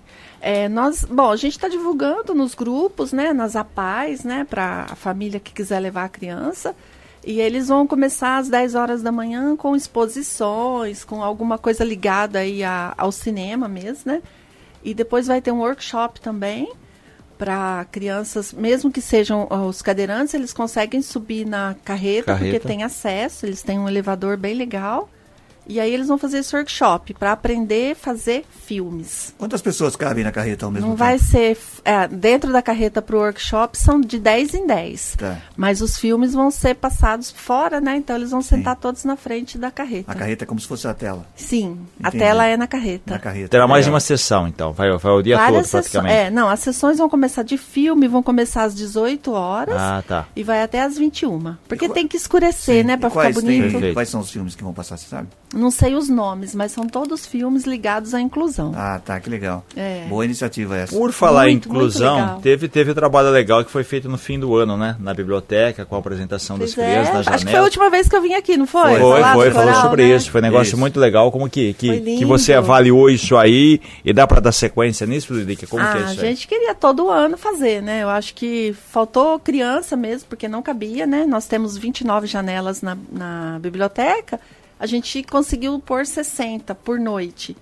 A gente está divulgando nos grupos, né, nas APAES, né, para a família que quiser levar a criança. E eles vão começar às 10 horas da manhã com exposições, com alguma coisa ligada aí ao cinema mesmo, né? E depois vai ter um workshop também para crianças, mesmo que sejam os cadeirantes, eles conseguem subir na carreta, porque tem acesso, eles têm um elevador bem legal. E aí eles vão fazer esse workshop para aprender a fazer filmes. Quantas pessoas cabem na carreta ao mesmo tempo? Não vai ser... dentro da carreta para o workshop são de 10 em 10. Tá. Mas os filmes vão ser passados fora, né? Então eles vão sentar todos na frente da carreta. A carreta é como se fosse a tela. Sim, Entendi. A tela é na carreta. Terá mais de uma sessão, então. Vai o dia todo, praticamente. As sessões vão começar de filme, vão começar às 18 horas. Tá. E vai até às 21. Porque tem que escurecer, né? Para ficar bonito. Quais são os filmes que vão passar, você sabe? Não sei os nomes, mas são todos filmes ligados à inclusão. Ah, tá, que legal. Boa iniciativa essa. Por falar em inclusão, teve um trabalho legal que foi feito no fim do ano, né? Na biblioteca, com a apresentação das crianças na janela. Acho que foi a última vez que eu vim aqui, não foi? Falou sobre isso. Foi um negócio muito legal. Como que você avaliou isso aí e dá para dar sequência nisso, Lilica? Como que é isso aí? A gente queria todo ano fazer, né? Eu acho que faltou criança mesmo, porque não cabia, né? Nós temos 29 janelas na biblioteca. A gente conseguiu pôr 60 por noite.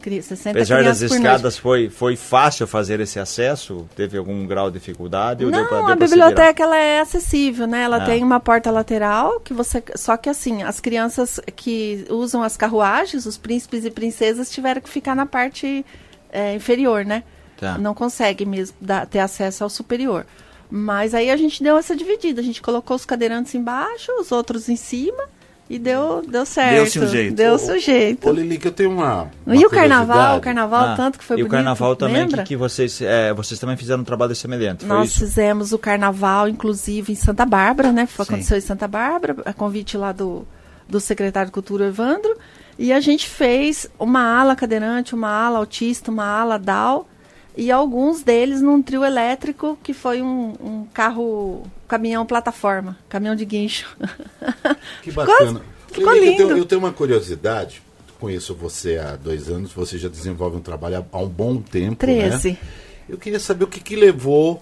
60 Apesar das escadas, foi fácil fazer esse acesso? Teve algum grau de dificuldade? Não, a biblioteca ela é acessível, né? Ela tem uma porta lateral, só que assim, as crianças que usam as carruagens, os príncipes e princesas, tiveram que ficar na parte inferior, né? Tá. Não consegue mesmo ter acesso ao superior. Mas aí a gente deu essa dividida. A gente colocou os cadeirantes embaixo, os outros em cima. E deu certo. Deu-se um jeito. Ô, Lilica, eu tenho uma E o carnaval? O carnaval, tanto que foi bonito. E o carnaval também, que vocês também fizeram um trabalho semelhante, foi Nós isso? fizemos o carnaval, inclusive, em Santa Bárbara, né? Aconteceu em Santa Bárbara, a convite lá do secretário de Cultura, Evandro. E a gente fez uma ala cadeirante, uma ala autista, uma ala DAO. E alguns deles num trio elétrico, que foi um caminhão plataforma, caminhão de guincho. Que bacana. Ficou lindo. Eu tenho uma curiosidade, conheço você há 2 anos, você já desenvolve um trabalho há um bom tempo, 13. Né? Eu queria saber o que levou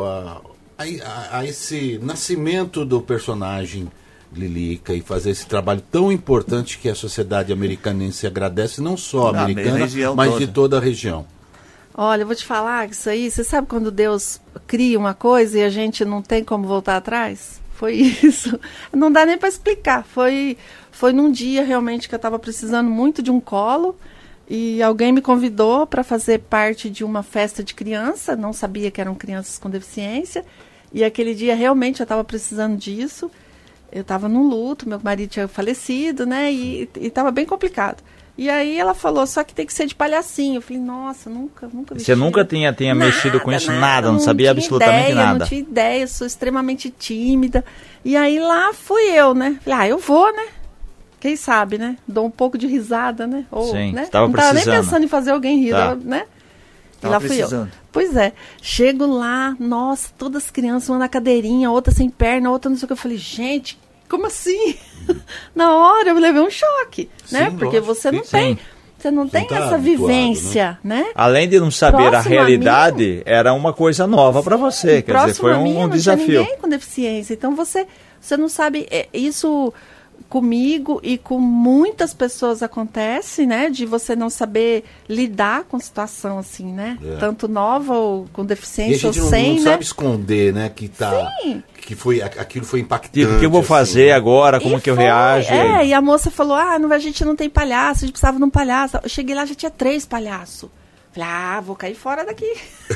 a esse nascimento do personagem Lilica e fazer esse trabalho tão importante que a sociedade americanense agradece, não só a americana, mas de toda a região. Olha, eu vou te falar que isso aí, você sabe quando Deus cria uma coisa e a gente não tem como voltar atrás? Foi isso. Não dá nem para explicar. Foi num dia realmente que eu estava precisando muito de um colo e alguém me convidou para fazer parte de uma festa de criança. Não sabia que eram crianças com deficiência. E aquele dia realmente eu estava precisando disso. Eu estava num luto, meu marido tinha falecido, né? E estava bem complicado. E aí ela falou, só que tem que ser de palhacinho. Eu falei, nossa, nunca vesti. Você nunca tinha mexido com isso? Nada, não sabia absolutamente nada. Não tinha ideia, eu sou extremamente tímida. E aí lá fui eu, né? Falei, eu vou, né? Quem sabe, né? Dou um pouco de risada, né? Ou, sim, né? Estava não precisando. Não estava nem pensando em fazer alguém rir, né? E lá fui eu. Pois é. Chego lá, nossa, todas as crianças, uma na cadeirinha, outra sem perna, outra não sei o que. Eu falei, gente, como assim? Na hora eu levei um choque, né? Sim, porque você não tem, você não tem essa vivência, né? Além de não saber a realidade, era uma coisa nova para você, quer dizer, foi um desafio. Não tinha ninguém com deficiência, então você não sabe, isso comigo e com muitas pessoas acontece, né? De você não saber lidar com situação assim, né? Tanto nova ou com deficiência ou sem, né? E a gente não sabe esconder, né? Que tá... Sim. Aquilo foi impactante. O que eu vou fazer agora? Como que eu reajo? E a moça falou, a gente não tem palhaço, a gente precisava de um palhaço. Eu cheguei lá, já tinha 3 palhaços. Falei, vou cair fora daqui.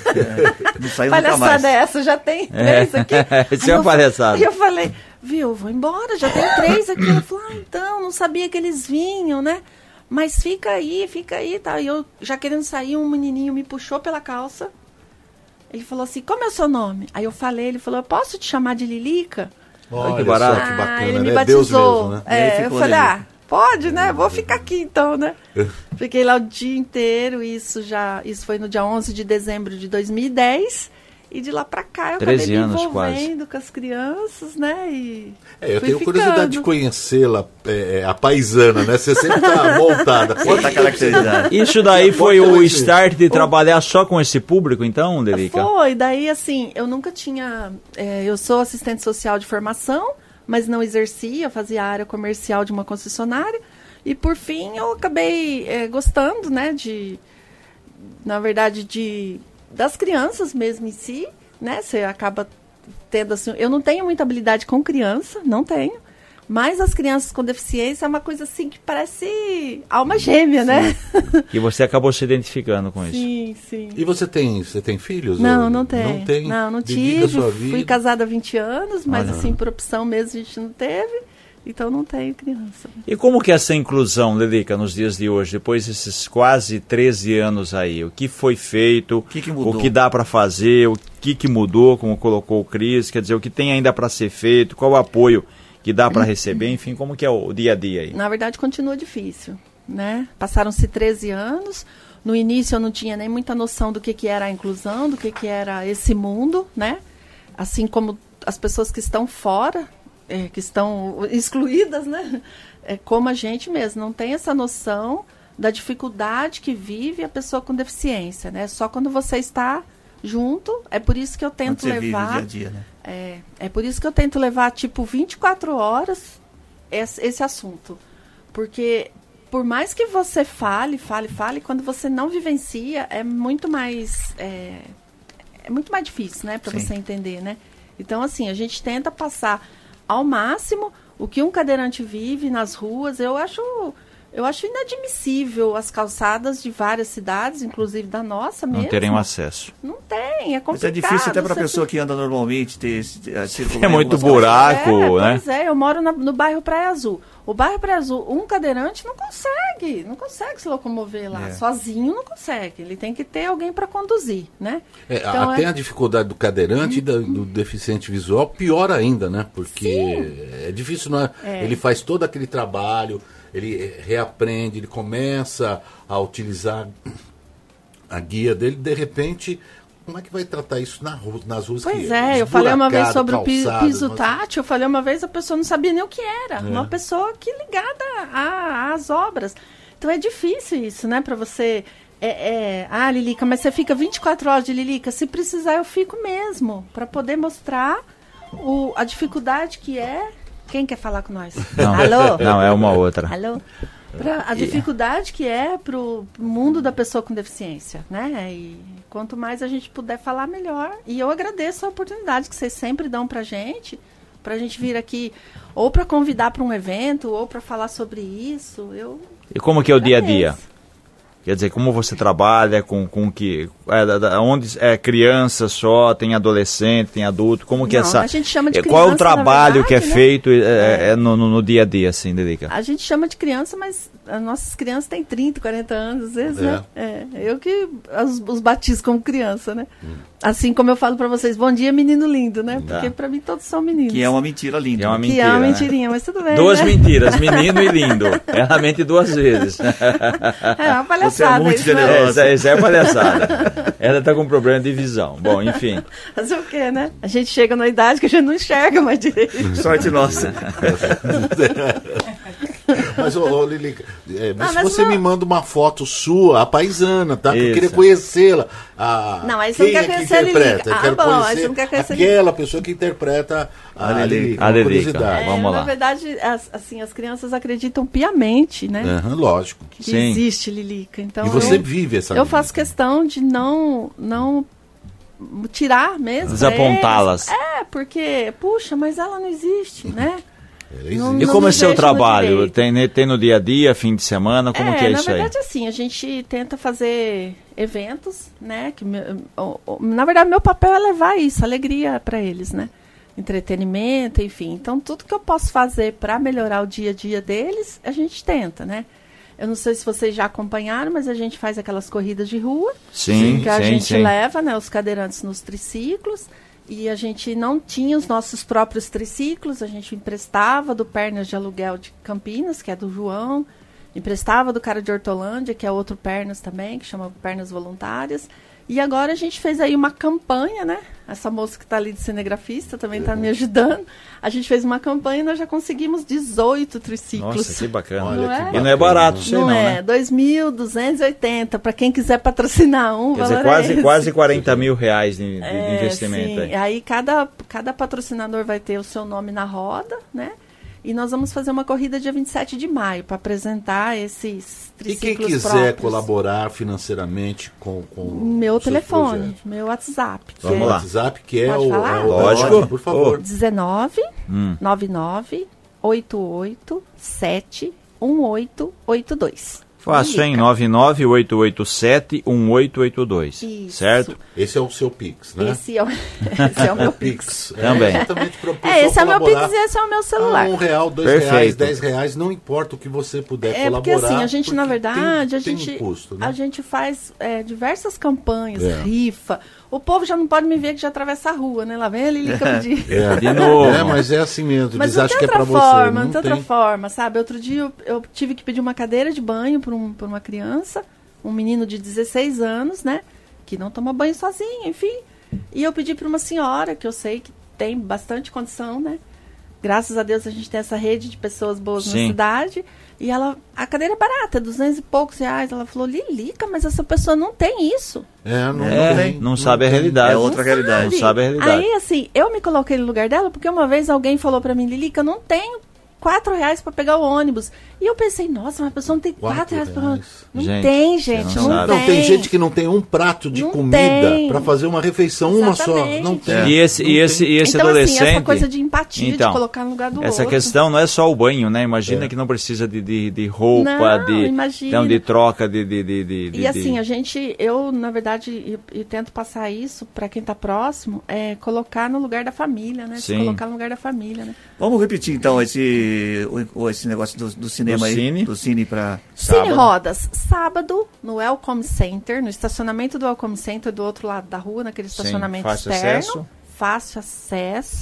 Não saiu nunca mais. Palhaçada essa, já tem 3 aqui. Isso é uma palhaçada. Aí eu falei, vou embora, já tem 3 aqui. Ela falou, então, não sabia que eles vinham, né? Mas fica aí, tá. E eu, já querendo sair, um menininho me puxou pela calça. Ele falou assim, como é o seu nome? Aí eu falei, ele falou, eu posso te chamar de Lilica? Olha que barato, que bacana, ele me né? batizou. Deus mesmo, né? Eu falei, pode, né? Vou ficar aqui então, né? Fiquei lá o dia inteiro, isso foi no dia 11 de dezembro de 2010. E de lá pra cá eu acabei me envolvendo com as crianças, né? E eu tenho curiosidade de conhecê-la, a paisana, né? Você sempre tá montada. Tá caracterizada. Isso daí foi o start de trabalhar só com esse público, então, Lilica? Foi, daí assim, eu nunca tinha... eu sou assistente social de formação, mas não exercia, eu fazia a área comercial de uma concessionária. E por fim eu acabei gostando, né, na verdade, das crianças mesmo em si, né? Você acaba tendo assim... Eu não tenho muita habilidade com criança, não tenho. Mas as crianças com deficiência é uma coisa assim que parece alma gêmea, né? E você acabou se identificando com isso. Sim, sim. E você tem filhos? Não tenho. Não tem? Não tive. Fui casada há 20 anos, mas assim, por opção mesmo a gente não teve. Então não tenho criança. E como que é essa inclusão, Lilica, nos dias de hoje, depois desses quase 13 anos aí? O que foi feito? O que dá para fazer? O que mudou, como colocou o Cris? Quer dizer, o que tem ainda para ser feito? Qual o apoio que dá para receber? Enfim, como que é o dia a dia aí? Na verdade, continua difícil, né? Passaram-se 13 anos. No início eu não tinha nem muita noção do que era a inclusão, do que era esse mundo, né? Assim como as pessoas que estão fora, que estão excluídas, né? Como a gente mesmo, não tem essa noção da dificuldade que vive a pessoa com deficiência, né? Só quando você está junto, é por isso que eu tento levar... Dia a dia, né? É por isso que eu tento levar, 24 horas esse assunto. Porque, por mais que você fale, quando você não vivencia, é muito mais difícil, né? Para você entender, né? Então, assim, a gente tenta passar ao máximo o que um cadeirante vive nas ruas. Eu acho inadmissível as calçadas de várias cidades, inclusive da nossa mesmo. Não terem acesso. Não tem, é complicado. Mas é difícil até para a pessoa que anda normalmente ter é muito buraco, né? Pois é, eu moro no bairro Praia Azul. O bairro Praia Azul, um cadeirante não consegue se locomover lá. Sozinho não consegue. Ele tem que ter alguém para conduzir, né? Então, a dificuldade do cadeirante e do deficiente visual, pior ainda, né? Porque é difícil, não é? Ele faz todo aquele trabalho, ele reaprende, ele começa a utilizar a guia dele, de repente, como é que vai tratar isso nas ruas? Pois eu falei uma vez sobre o piso tátil, eu falei uma vez, a pessoa não sabia nem o que era, uma pessoa que ligada às obras. Então é difícil isso, né, para você... Lilica, mas você fica 24 horas de Lilica, se precisar eu fico mesmo, para poder mostrar a dificuldade que é. Quem quer falar com nós? Não. Alô? Não, é uma outra. Alô? A dificuldade que é pro mundo da pessoa com deficiência, né? E quanto mais a gente puder falar, melhor. E eu agradeço a oportunidade que vocês sempre dão pra gente vir aqui, ou para convidar para um evento, ou para falar sobre isso. E como que é o dia a dia? Quer dizer, como você trabalha com que... onde é criança só, tem adolescente, tem adulto, como que a gente chama de criança, qual é o trabalho verdade, que é né? feito no dia a dia, assim, Lilica? A gente chama de criança, mas as nossas crianças têm 30, 40 anos, às vezes, né? Eu que os batizo como criança, né? Assim como eu falo pra vocês, bom dia, menino lindo, né? Porque pra mim todos são meninos. Que é uma mentira linda. É uma mentira, que é uma mentirinha, mas tudo bem, Duas né? mentiras, menino e lindo. Ela mente 2 vezes. É uma palhaçada. Você é muito generosa. Essa é palhaçada. Ela tá com problema de visão. Bom, enfim. Fazer o quê, né? A gente chega na idade que a gente não enxerga mais direito. Sorte nossa. Mas, Lilica, se você me manda uma foto sua, a paisana, tá? Eu queria conhecê-la. Não, aí você não quer conhecer a Lilica. Eu quero conhecer aí você não quer conhecer aquela pessoa que interpreta a Lilica. A Lilica. Vamos lá. Na verdade, as crianças acreditam piamente, né? Lógico. Que existe Lilica. Então, e você vive essa Eu faço questão de não tirar mesmo. Desapontá-las. Porque, puxa, mas ela não existe, né? E como é seu trabalho? Tem no dia a dia, fim de semana? Como que é isso aí? Na verdade, assim, a gente tenta fazer eventos, né? Na verdade, meu papel é levar isso, alegria para eles, né? Entretenimento, enfim. Então, tudo que eu posso fazer para melhorar o dia a dia deles, a gente tenta, né? Eu não sei se vocês já acompanharam, mas a gente faz aquelas corridas de rua. Sim, que a gente leva, né, os cadeirantes nos triciclos. E a gente não tinha os nossos próprios triciclos, a gente emprestava do Pernas de Aluguel de Campinas, que é do João, emprestava do cara de Hortolândia, que é outro Pernas também, que chama Pernas Voluntárias. E agora a gente fez aí uma campanha, né? Essa moça que está ali de cinegrafista também está me ajudando. A gente fez uma campanha e nós já conseguimos 18 triciclos. Nossa, que bacana. Olha, E não é barato isso aí não, né? 2.280, para quem quiser patrocinar Quer dizer, quase 40 mil reais de investimento. Sim. Aí cada patrocinador vai ter o seu nome na roda, né? E nós vamos fazer uma corrida dia 27 de maio para apresentar esses triciclos. E quem quiser colaborar financeiramente com meu telefone, meu WhatsApp. Vamos lá. WhatsApp, que é o... Lógico. Por favor. 19 99 88 7 1882. Fácil, hein? 99887-1882. Certo? Esse é o seu Pix, né? Esse é o meu Pix. Também. Esse é o meu Pix e esse é o meu celular. R$1, R$2, R$10, não importa o que você puder colaborar. Porque assim, a gente, na verdade, tem um custo, né? a gente faz diversas campanhas, rifa. O povo já não pode me ver que já atravessa a rua, né? Lá vem a Lilica pedir. De novo. Mas é assim mesmo. Mas eles não acham tem que é outra pra forma, você. não tem outra forma, sabe? Outro dia eu tive que pedir uma cadeira de banho por uma criança, um menino de 16 anos, né? Que não toma banho sozinho, enfim. E eu pedi para uma senhora, que eu sei que tem bastante condição, né? Graças a Deus a gente tem essa rede de pessoas boas na cidade. E a cadeira é barata, 200 e poucos reais. Ela falou, Lilica, mas essa pessoa não tem isso. Não sabe a realidade. É outra realidade. Não sabe a realidade. Aí, assim, eu me coloquei no lugar dela, porque uma vez alguém falou pra mim, Lilica, eu não tenho R$4 pra pegar o ônibus. E eu pensei, nossa, uma pessoa não tem R$4 pra... Não tem, gente. Não tem gente que não tem um prato de comida pra fazer uma refeição, uma só. Não tem. E esse então, adolescente... Assim, essa coisa de empatia, de colocar no lugar do outro. Essa questão não é só o banho, né? Imagina que não precisa de roupa, de troca, E assim, eu, na verdade, eu tento passar isso pra quem tá próximo, colocar no lugar da família, né? Se colocar no lugar da família, né? Vamos repetir, então, esse negócio do cinema aí. Do Cine pra sábado. Cine Rodas, sábado, no Welcome Center, no estacionamento do Welcome Center, do outro lado da rua, naquele estacionamento externo. Fácil acesso.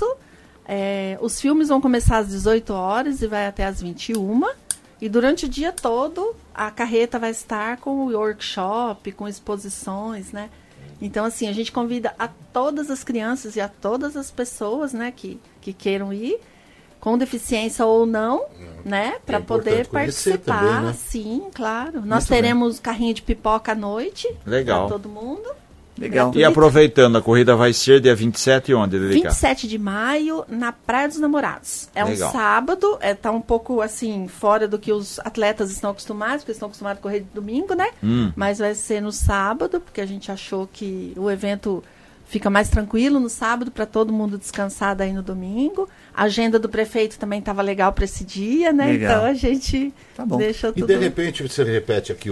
Os filmes vão começar às 18 horas e vai até às 21. E durante o dia todo, a carreta vai estar com workshop, com exposições, né? Então, assim, a gente convida a todas as crianças e a todas as pessoas, né, que queiram ir, com deficiência ou não, né? Para poder participar. Também, né? Sim, claro. Nós teremos carrinho de pipoca à noite. Legal. Para todo mundo. Legal. E aproveitando, a corrida vai ser dia 27 onde, Lilica? 27 de maio, na Praia dos Namorados. É um sábado, tá um pouco, assim, fora do que os atletas estão acostumados, porque estão acostumados a correr de domingo, né? Mas vai ser no sábado, porque a gente achou que o evento fica mais tranquilo no sábado, para todo mundo descansar daí no domingo. A agenda do prefeito também estava legal para esse dia, né? Legal. Então a gente deixou tudo... E de repente você repete aqui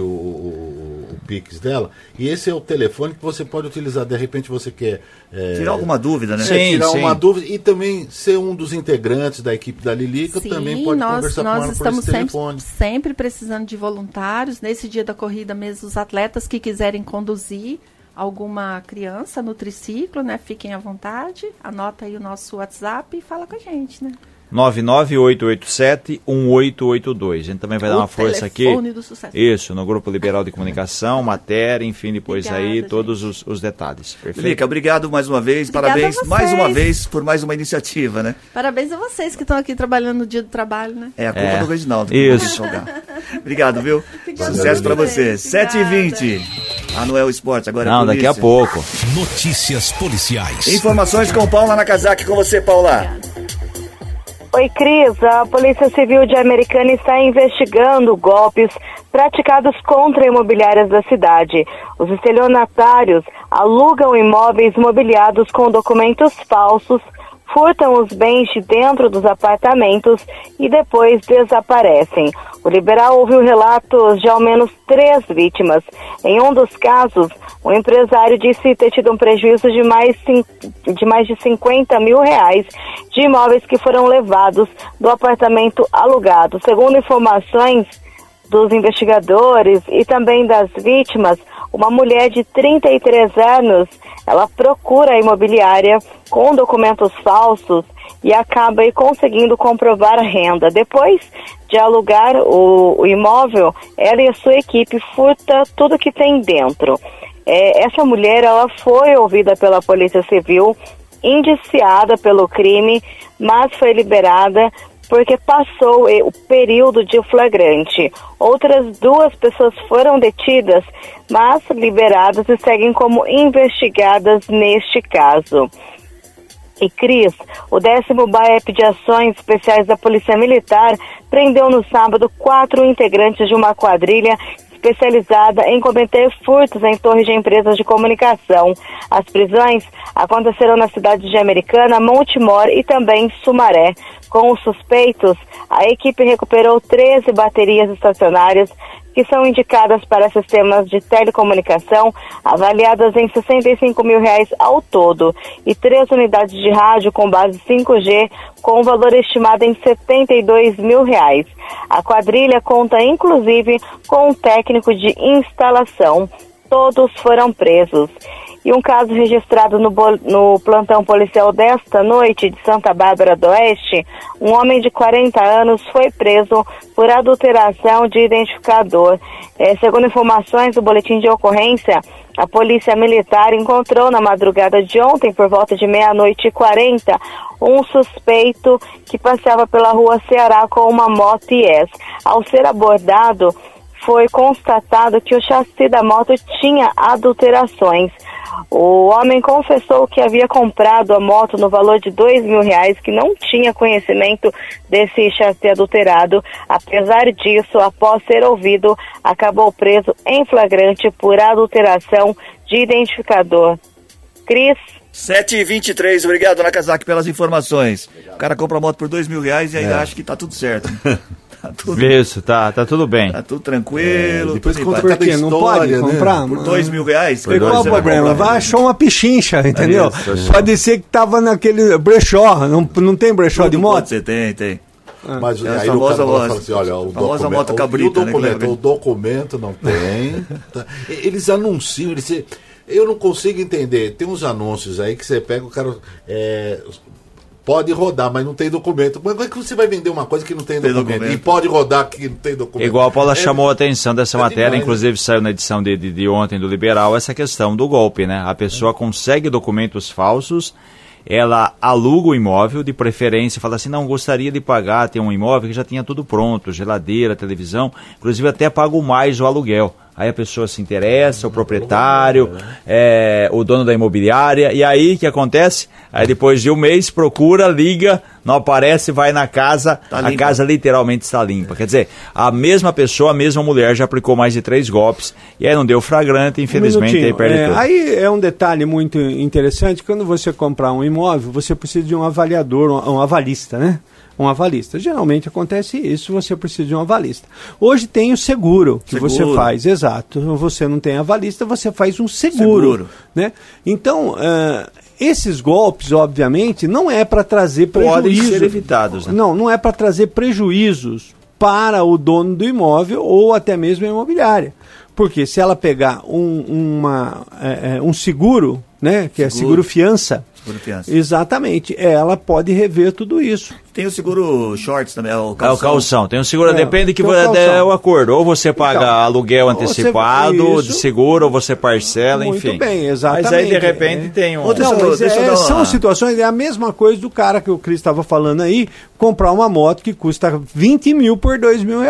o Pix dela, e esse é o telefone que você pode utilizar. De repente você quer... tirar alguma dúvida, né? Tirar uma dúvida e também ser um dos integrantes da equipe da Lilica, também pode conversar com ela por esse telefone. Nós estamos sempre precisando de voluntários. Nesse dia da corrida mesmo, os atletas que quiserem conduzir alguma criança no triciclo, né? Fiquem à vontade, anota aí o nosso WhatsApp e fala com a gente, né? 99887-1882. A gente também vai dar uma força aqui. Do sucesso. Isso, no Grupo Liberal de Comunicação, matéria, enfim, depois aí todos os detalhes. Perfeito. Lilica, obrigado mais uma vez. Parabéns mais uma vez por mais uma iniciativa, né? Parabéns a vocês que estão aqui trabalhando no dia do trabalho, né? É a culpa do Reginaldo. Isso. Obrigado, viu? Sucesso pra você. 7h20. Anuel Esporte, agora não, daqui a pouco. Notícias policiais. Informações com Paula Nakazaki. Com você, Paula. Oi, Cris. A Polícia Civil de Americana está investigando golpes praticados contra imobiliárias da cidade. Os estelionatários alugam imóveis mobiliados com documentos falsos, furtam os bens de dentro dos apartamentos e depois desaparecem. O Liberal ouviu relatos de ao menos 3 vítimas. Em um dos casos, o empresário disse ter tido um prejuízo de mais de 50 mil reais de imóveis que foram levados do apartamento alugado. Segundo informações dos investigadores e também das vítimas, uma mulher de 33 anos, ela procura a imobiliária com documentos falsos e acaba aí conseguindo comprovar a renda. Depois de alugar o imóvel, ela e a sua equipe furta tudo que tem dentro. Essa mulher, ela foi ouvida pela Polícia Civil, indiciada pelo crime, mas foi liberada porque passou o período de flagrante. Outras 2 pessoas foram detidas, mas liberadas e seguem como investigadas neste caso. E Cris, o 10º BAEP de Ações Especiais da Polícia Militar prendeu no sábado 4 integrantes de uma quadrilha especializada em cometer furtos em torres de empresas de comunicação. As prisões aconteceram na cidade de Americana, Montemor e também Sumaré. Com os suspeitos, a equipe recuperou 13 baterias estacionárias que são indicadas para sistemas de telecomunicação, avaliadas em R$65 mil ao todo, e 3 unidades de rádio com base 5G, com valor estimado em R$72 mil. A quadrilha conta, inclusive, com um técnico de instalação. Todos foram presos. E um caso registrado no plantão policial desta noite de Santa Bárbara do Oeste, um homem de 40 anos foi preso por adulteração de identificador. Segundo informações do boletim de ocorrência, a Polícia Militar encontrou na madrugada de ontem, por volta de 00:40, um suspeito que passeava pela rua Ceará com uma moto IES. Ao ser abordado, foi constatado que o chassi da moto tinha adulterações. O homem confessou que havia comprado a moto no valor de R$2 mil, que não tinha conhecimento desse chassi adulterado. Apesar disso, após ser ouvido, acabou preso em flagrante por adulteração de identificador. Cris? 7h23, obrigado, Dona Kazak, pelas informações. O cara compra a moto por R$2 mil e ainda acha que tá tudo certo. Isso, tá tudo bem. Tá tudo tranquilo. Depois conta cada história, não pode comprar? Por R$2 mil. Qual o problema? Vai achar uma pichincha, entendeu? Pode ser que tava naquele brechó, não tem brechó tudo de moto? Pode ser, tem. Mas aí o cara fala assim, olha, o documento, cabrita, o documento não tem. Eles anunciam, eu não consigo entender. Tem uns anúncios aí que você pega, o cara pode rodar, mas não tem documento. Como é que você vai vender uma coisa que não tem documento? E pode rodar que não tem documento? Igual a Paula chamou a atenção dessa matéria, demais, inclusive saiu na edição de ontem do Liberal, essa questão do golpe, né? A pessoa consegue documentos falsos, ela aluga o imóvel, de preferência, fala assim, não, gostaria de pagar, tem um imóvel que já tinha tudo pronto, geladeira, televisão, inclusive até pago mais o aluguel. Aí a pessoa se interessa, o proprietário, o dono da imobiliária, e aí o que acontece? Aí depois de um mês procura, liga, não aparece, vai na casa, a casa literalmente está limpa. Quer dizer, a mesma pessoa, a mesma mulher já aplicou mais de 3 golpes, e aí não deu flagrante, infelizmente, aí perde tudo. Aí é um detalhe muito interessante, quando você comprar um imóvel, você precisa de um avaliador, um avalista, né? Um avalista. Geralmente acontece isso, você precisa de um avalista. Hoje tem o seguro que você faz, exato. Você não tem avalista, você faz um seguro. Né? Então, esses golpes, obviamente, não é para trazer prejuízo. Podem ser evitados. Né? Não é para trazer prejuízos para o dono do imóvel ou até mesmo a imobiliária. Porque se ela pegar um seguro, né, que é seguro fiança, exatamente, ela pode rever tudo isso. Tem o seguro shorts também, o calção. É o calção. Tem o seguro, depende que é o acordo. Ou você paga aluguel antecipado de seguro, ou você parcela, enfim. Muito bem, exatamente. Mas aí, de repente, tem um... São situações, é a mesma coisa do cara que o Cris estava falando aí, comprar uma moto que custa 20 mil por R$2 mil.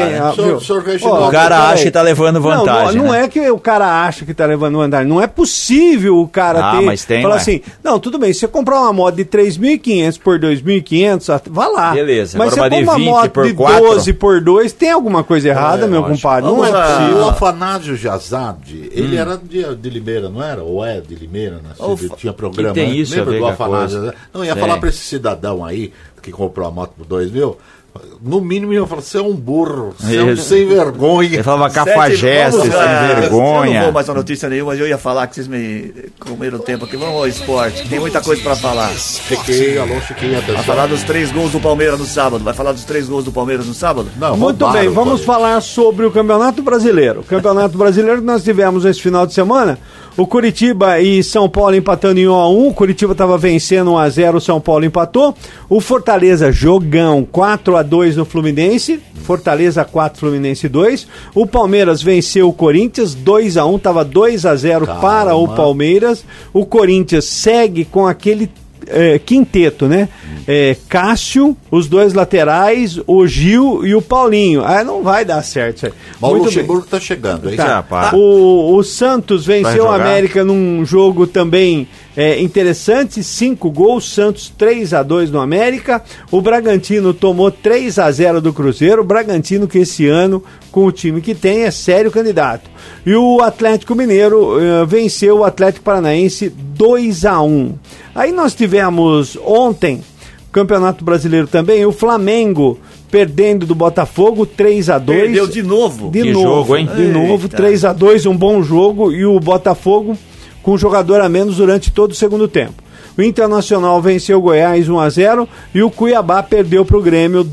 O cara acha que está levando vantagem. Não é que o cara acha que está levando vantagem. Não é possível o cara falar assim, não, tudo bem, se você comprar uma moto de 3.500 por 2.500, vá lá. Beleza. Mas agora você compra uma moto de 12 por 2, tem alguma coisa errada, meu compadre? Não é possível. O Afanásio Jazade, ele era de Limeira, não era? Ou é de Limeira, né? Tinha programa. Tem isso, lembra do Afanásio? Não, ia falar para esse cidadão aí, que comprou a moto por 2 mil, no mínimo eu falo, você é um burro, você é um sem vergonha. Ele falava cafajeste, sem vergonha. Eu não vou mais uma notícia nenhuma, mas eu ia falar que vocês me comeram tempo aqui. Vamos ao esporte, tem muita coisa pra falar. Chiquinho, atenção. Vai falar dos 3 gols do Palmeiras no sábado. Vai falar dos 3 gols do Palmeiras no sábado? Não, muito bem, vamos falar sobre o Campeonato Brasileiro. O Campeonato Brasileiro que nós tivemos esse final de semana. O Curitiba e São Paulo empatando em 1-1. O Curitiba estava vencendo 1-0, o São Paulo empatou. O Fortaleza, jogão, 4-2 no Fluminense. Fortaleza 4, Fluminense 2. O Palmeiras venceu o Corinthians 2-1, estava 2-0 para o Palmeiras. O Corinthians segue com aquele quinteto, né? Cássio, os dois laterais, o Gil e o Paulinho. Não vai dar certo isso aí. Mas o Luxemburgo tá chegando, hein? Tá. O Santos venceu a América num jogo também interessante, 5 gols, Santos 3-2 no América. O Bragantino tomou 3-0 do Cruzeiro. O Bragantino que esse ano, com o time que tem, é sério candidato. E o Atlético Mineiro venceu o Atlético Paranaense 2-1. Aí nós tivemos ontem, Campeonato Brasileiro também, o Flamengo perdendo do Botafogo 3-2. Perdeu de novo. De novo, jogo, hein? De novo, 3-2, um bom jogo. E o Botafogo com um jogador a menos durante todo o segundo tempo. O Internacional venceu o Goiás 1-0 e o Cuiabá perdeu para o Grêmio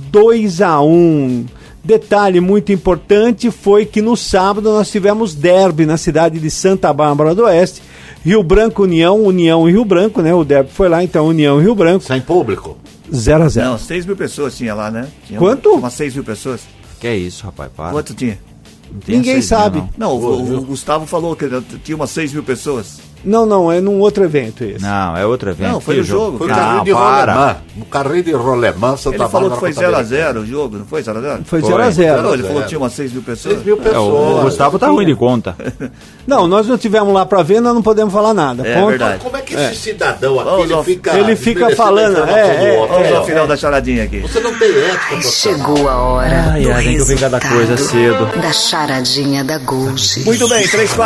2-1. Detalhe muito importante foi que no sábado nós tivemos derby na cidade de Santa Bárbara do Oeste. Rio Branco, União e Rio Branco, né? O derby foi lá, então União e Rio Branco. Sem público? 0-0. Não, 6 mil pessoas tinha lá, né? Quanto? Umas 6 mil pessoas. Que é isso, rapaz, para. Quanto tinha? Ninguém sabe. Não, o Gustavo falou que tinha umas 6 mil pessoas. Não, é num outro evento esse. Não, é outro evento. Não, foi no jogo. Foi o carrinho de rolemã. No carrinho de rolemã, Ele falou que foi 0-0 o jogo, não foi 0-0? Foi 0-0. Não, ele falou que tinha umas 6 mil pessoas. 6 mil pessoas. O Gustavo tá ruim de conta. Não, nós não estivemos lá pra ver, nós não podemos falar nada. É verdade. Como é que esse cidadão aqui, ele fica falando, Vamos ao final da charadinha aqui. Você não tem ética, pessoal. Chegou a hora do tem que pegar da coisa cedo. da charadinha da Gold. Muito bem,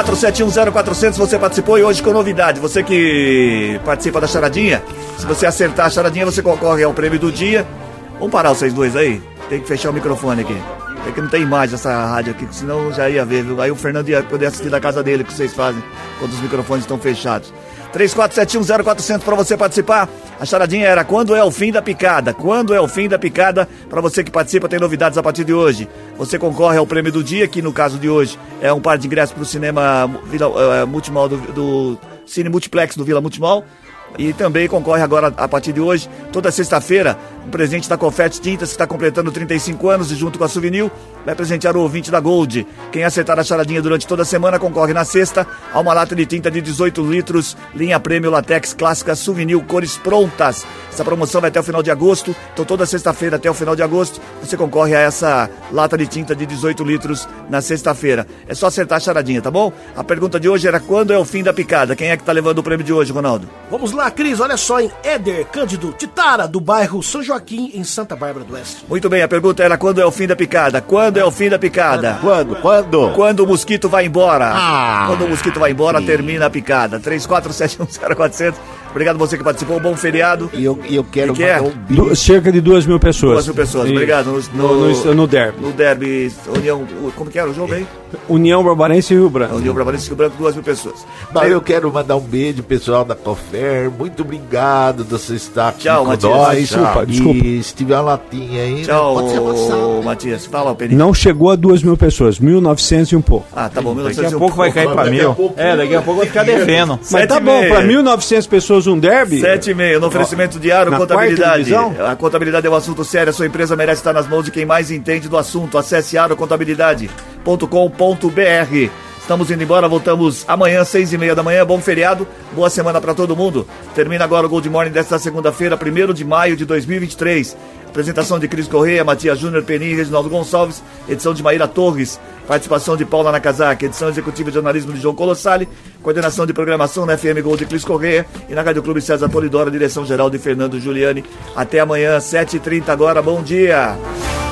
34710400, você participou e hoje com novidade. Você que participa da charadinha, se você acertar a charadinha, você concorre ao prêmio do dia. Vamos parar vocês dois aí? Tem que fechar o microfone aqui. É que não tem imagem essa rádio aqui, senão já ia ver, viu? Aí o Fernando ia poder assistir da casa dele, o que vocês fazem quando os microfones estão fechados. 34710400 para você participar. A charadinha era quando é o fim da picada. Quando é o fim da picada? Para você que participa, tem novidades a partir de hoje. Você concorre ao prêmio do dia, que no caso de hoje é um par de ingressos para o cinema Multimall do Cine Multiplex do Vila Multimall. E também concorre agora, a partir de hoje, toda sexta-feira, um presente da Confete Tintas, que está completando 35 anos e junto com a Souvenir, vai presentear o ouvinte da Gold. Quem acertar a charadinha durante toda a semana concorre na sexta a uma lata de tinta de 18 litros, linha Prêmio Latex Clássica Souvenir, cores prontas. Essa promoção vai até o final de agosto, então toda sexta-feira até o final de agosto, você concorre a essa lata de tinta de 18 litros na sexta-feira. É só acertar a charadinha, tá bom? A pergunta de hoje era quando é o fim da picada. Quem é que tá levando o prêmio de hoje, Ronaldo? Vamos lá, Cris, olha só, em Éder Cândido Titara, do bairro São Joaquim, em Santa Bárbara do Oeste. Muito bem, a pergunta era quando é o fim da picada. Quando é o fim da picada? Quando? Quando o mosquito vai embora. Quando o mosquito vai embora, termina a picada. 34710400. Obrigado você que participou, bom feriado. E eu quero mandar um beijo. Cerca de 2 mil pessoas. 2 mil pessoas, obrigado. No derby. No derby, União, como que era o jogo aí? União Barbarense e Rio Branco. União Barbarense e Rio Branco, 2 mil pessoas. Mas eu quero mandar um beijo, pessoal da Cofer. Muito obrigado de você estar aqui com Matias. Nós. Desculpa. E se tiver uma latinha aí, tchau, pode ser amassado. Matias. Fala, Peninho. Não chegou a 2 mil pessoas, 1.900 e um pouco. Ah, tá bom, 1900 Daqui a pouco vai cair pra 1000. Daqui a pouco vai ficar devendo. Mas tá bom, pra 1.900 pessoas um derby... 7,5, no oferecimento de Aro Contabilidade. A contabilidade é um assunto sério, a sua empresa merece estar nas mãos de quem mais entende do assunto. Acesse arocontabilidade.com.br. Estamos indo embora, voltamos amanhã, 6h30 da manhã. Bom feriado, boa semana pra todo mundo. Termina agora o Gold Morning desta segunda-feira, 1º de maio de 2023. Apresentação de Cris Correia, Matias Júnior, Peninha e Reginaldo Gonçalves. Edição de Maíra Torres. Participação de Paula Nakazaki. Edição executiva de jornalismo de João Colossali. Coordenação de programação na FM Gold de Cris Correia. E na Rádio Clube César Polidoro, direção geral de Fernando Giuliani. Até amanhã, 7h30 agora. Bom dia.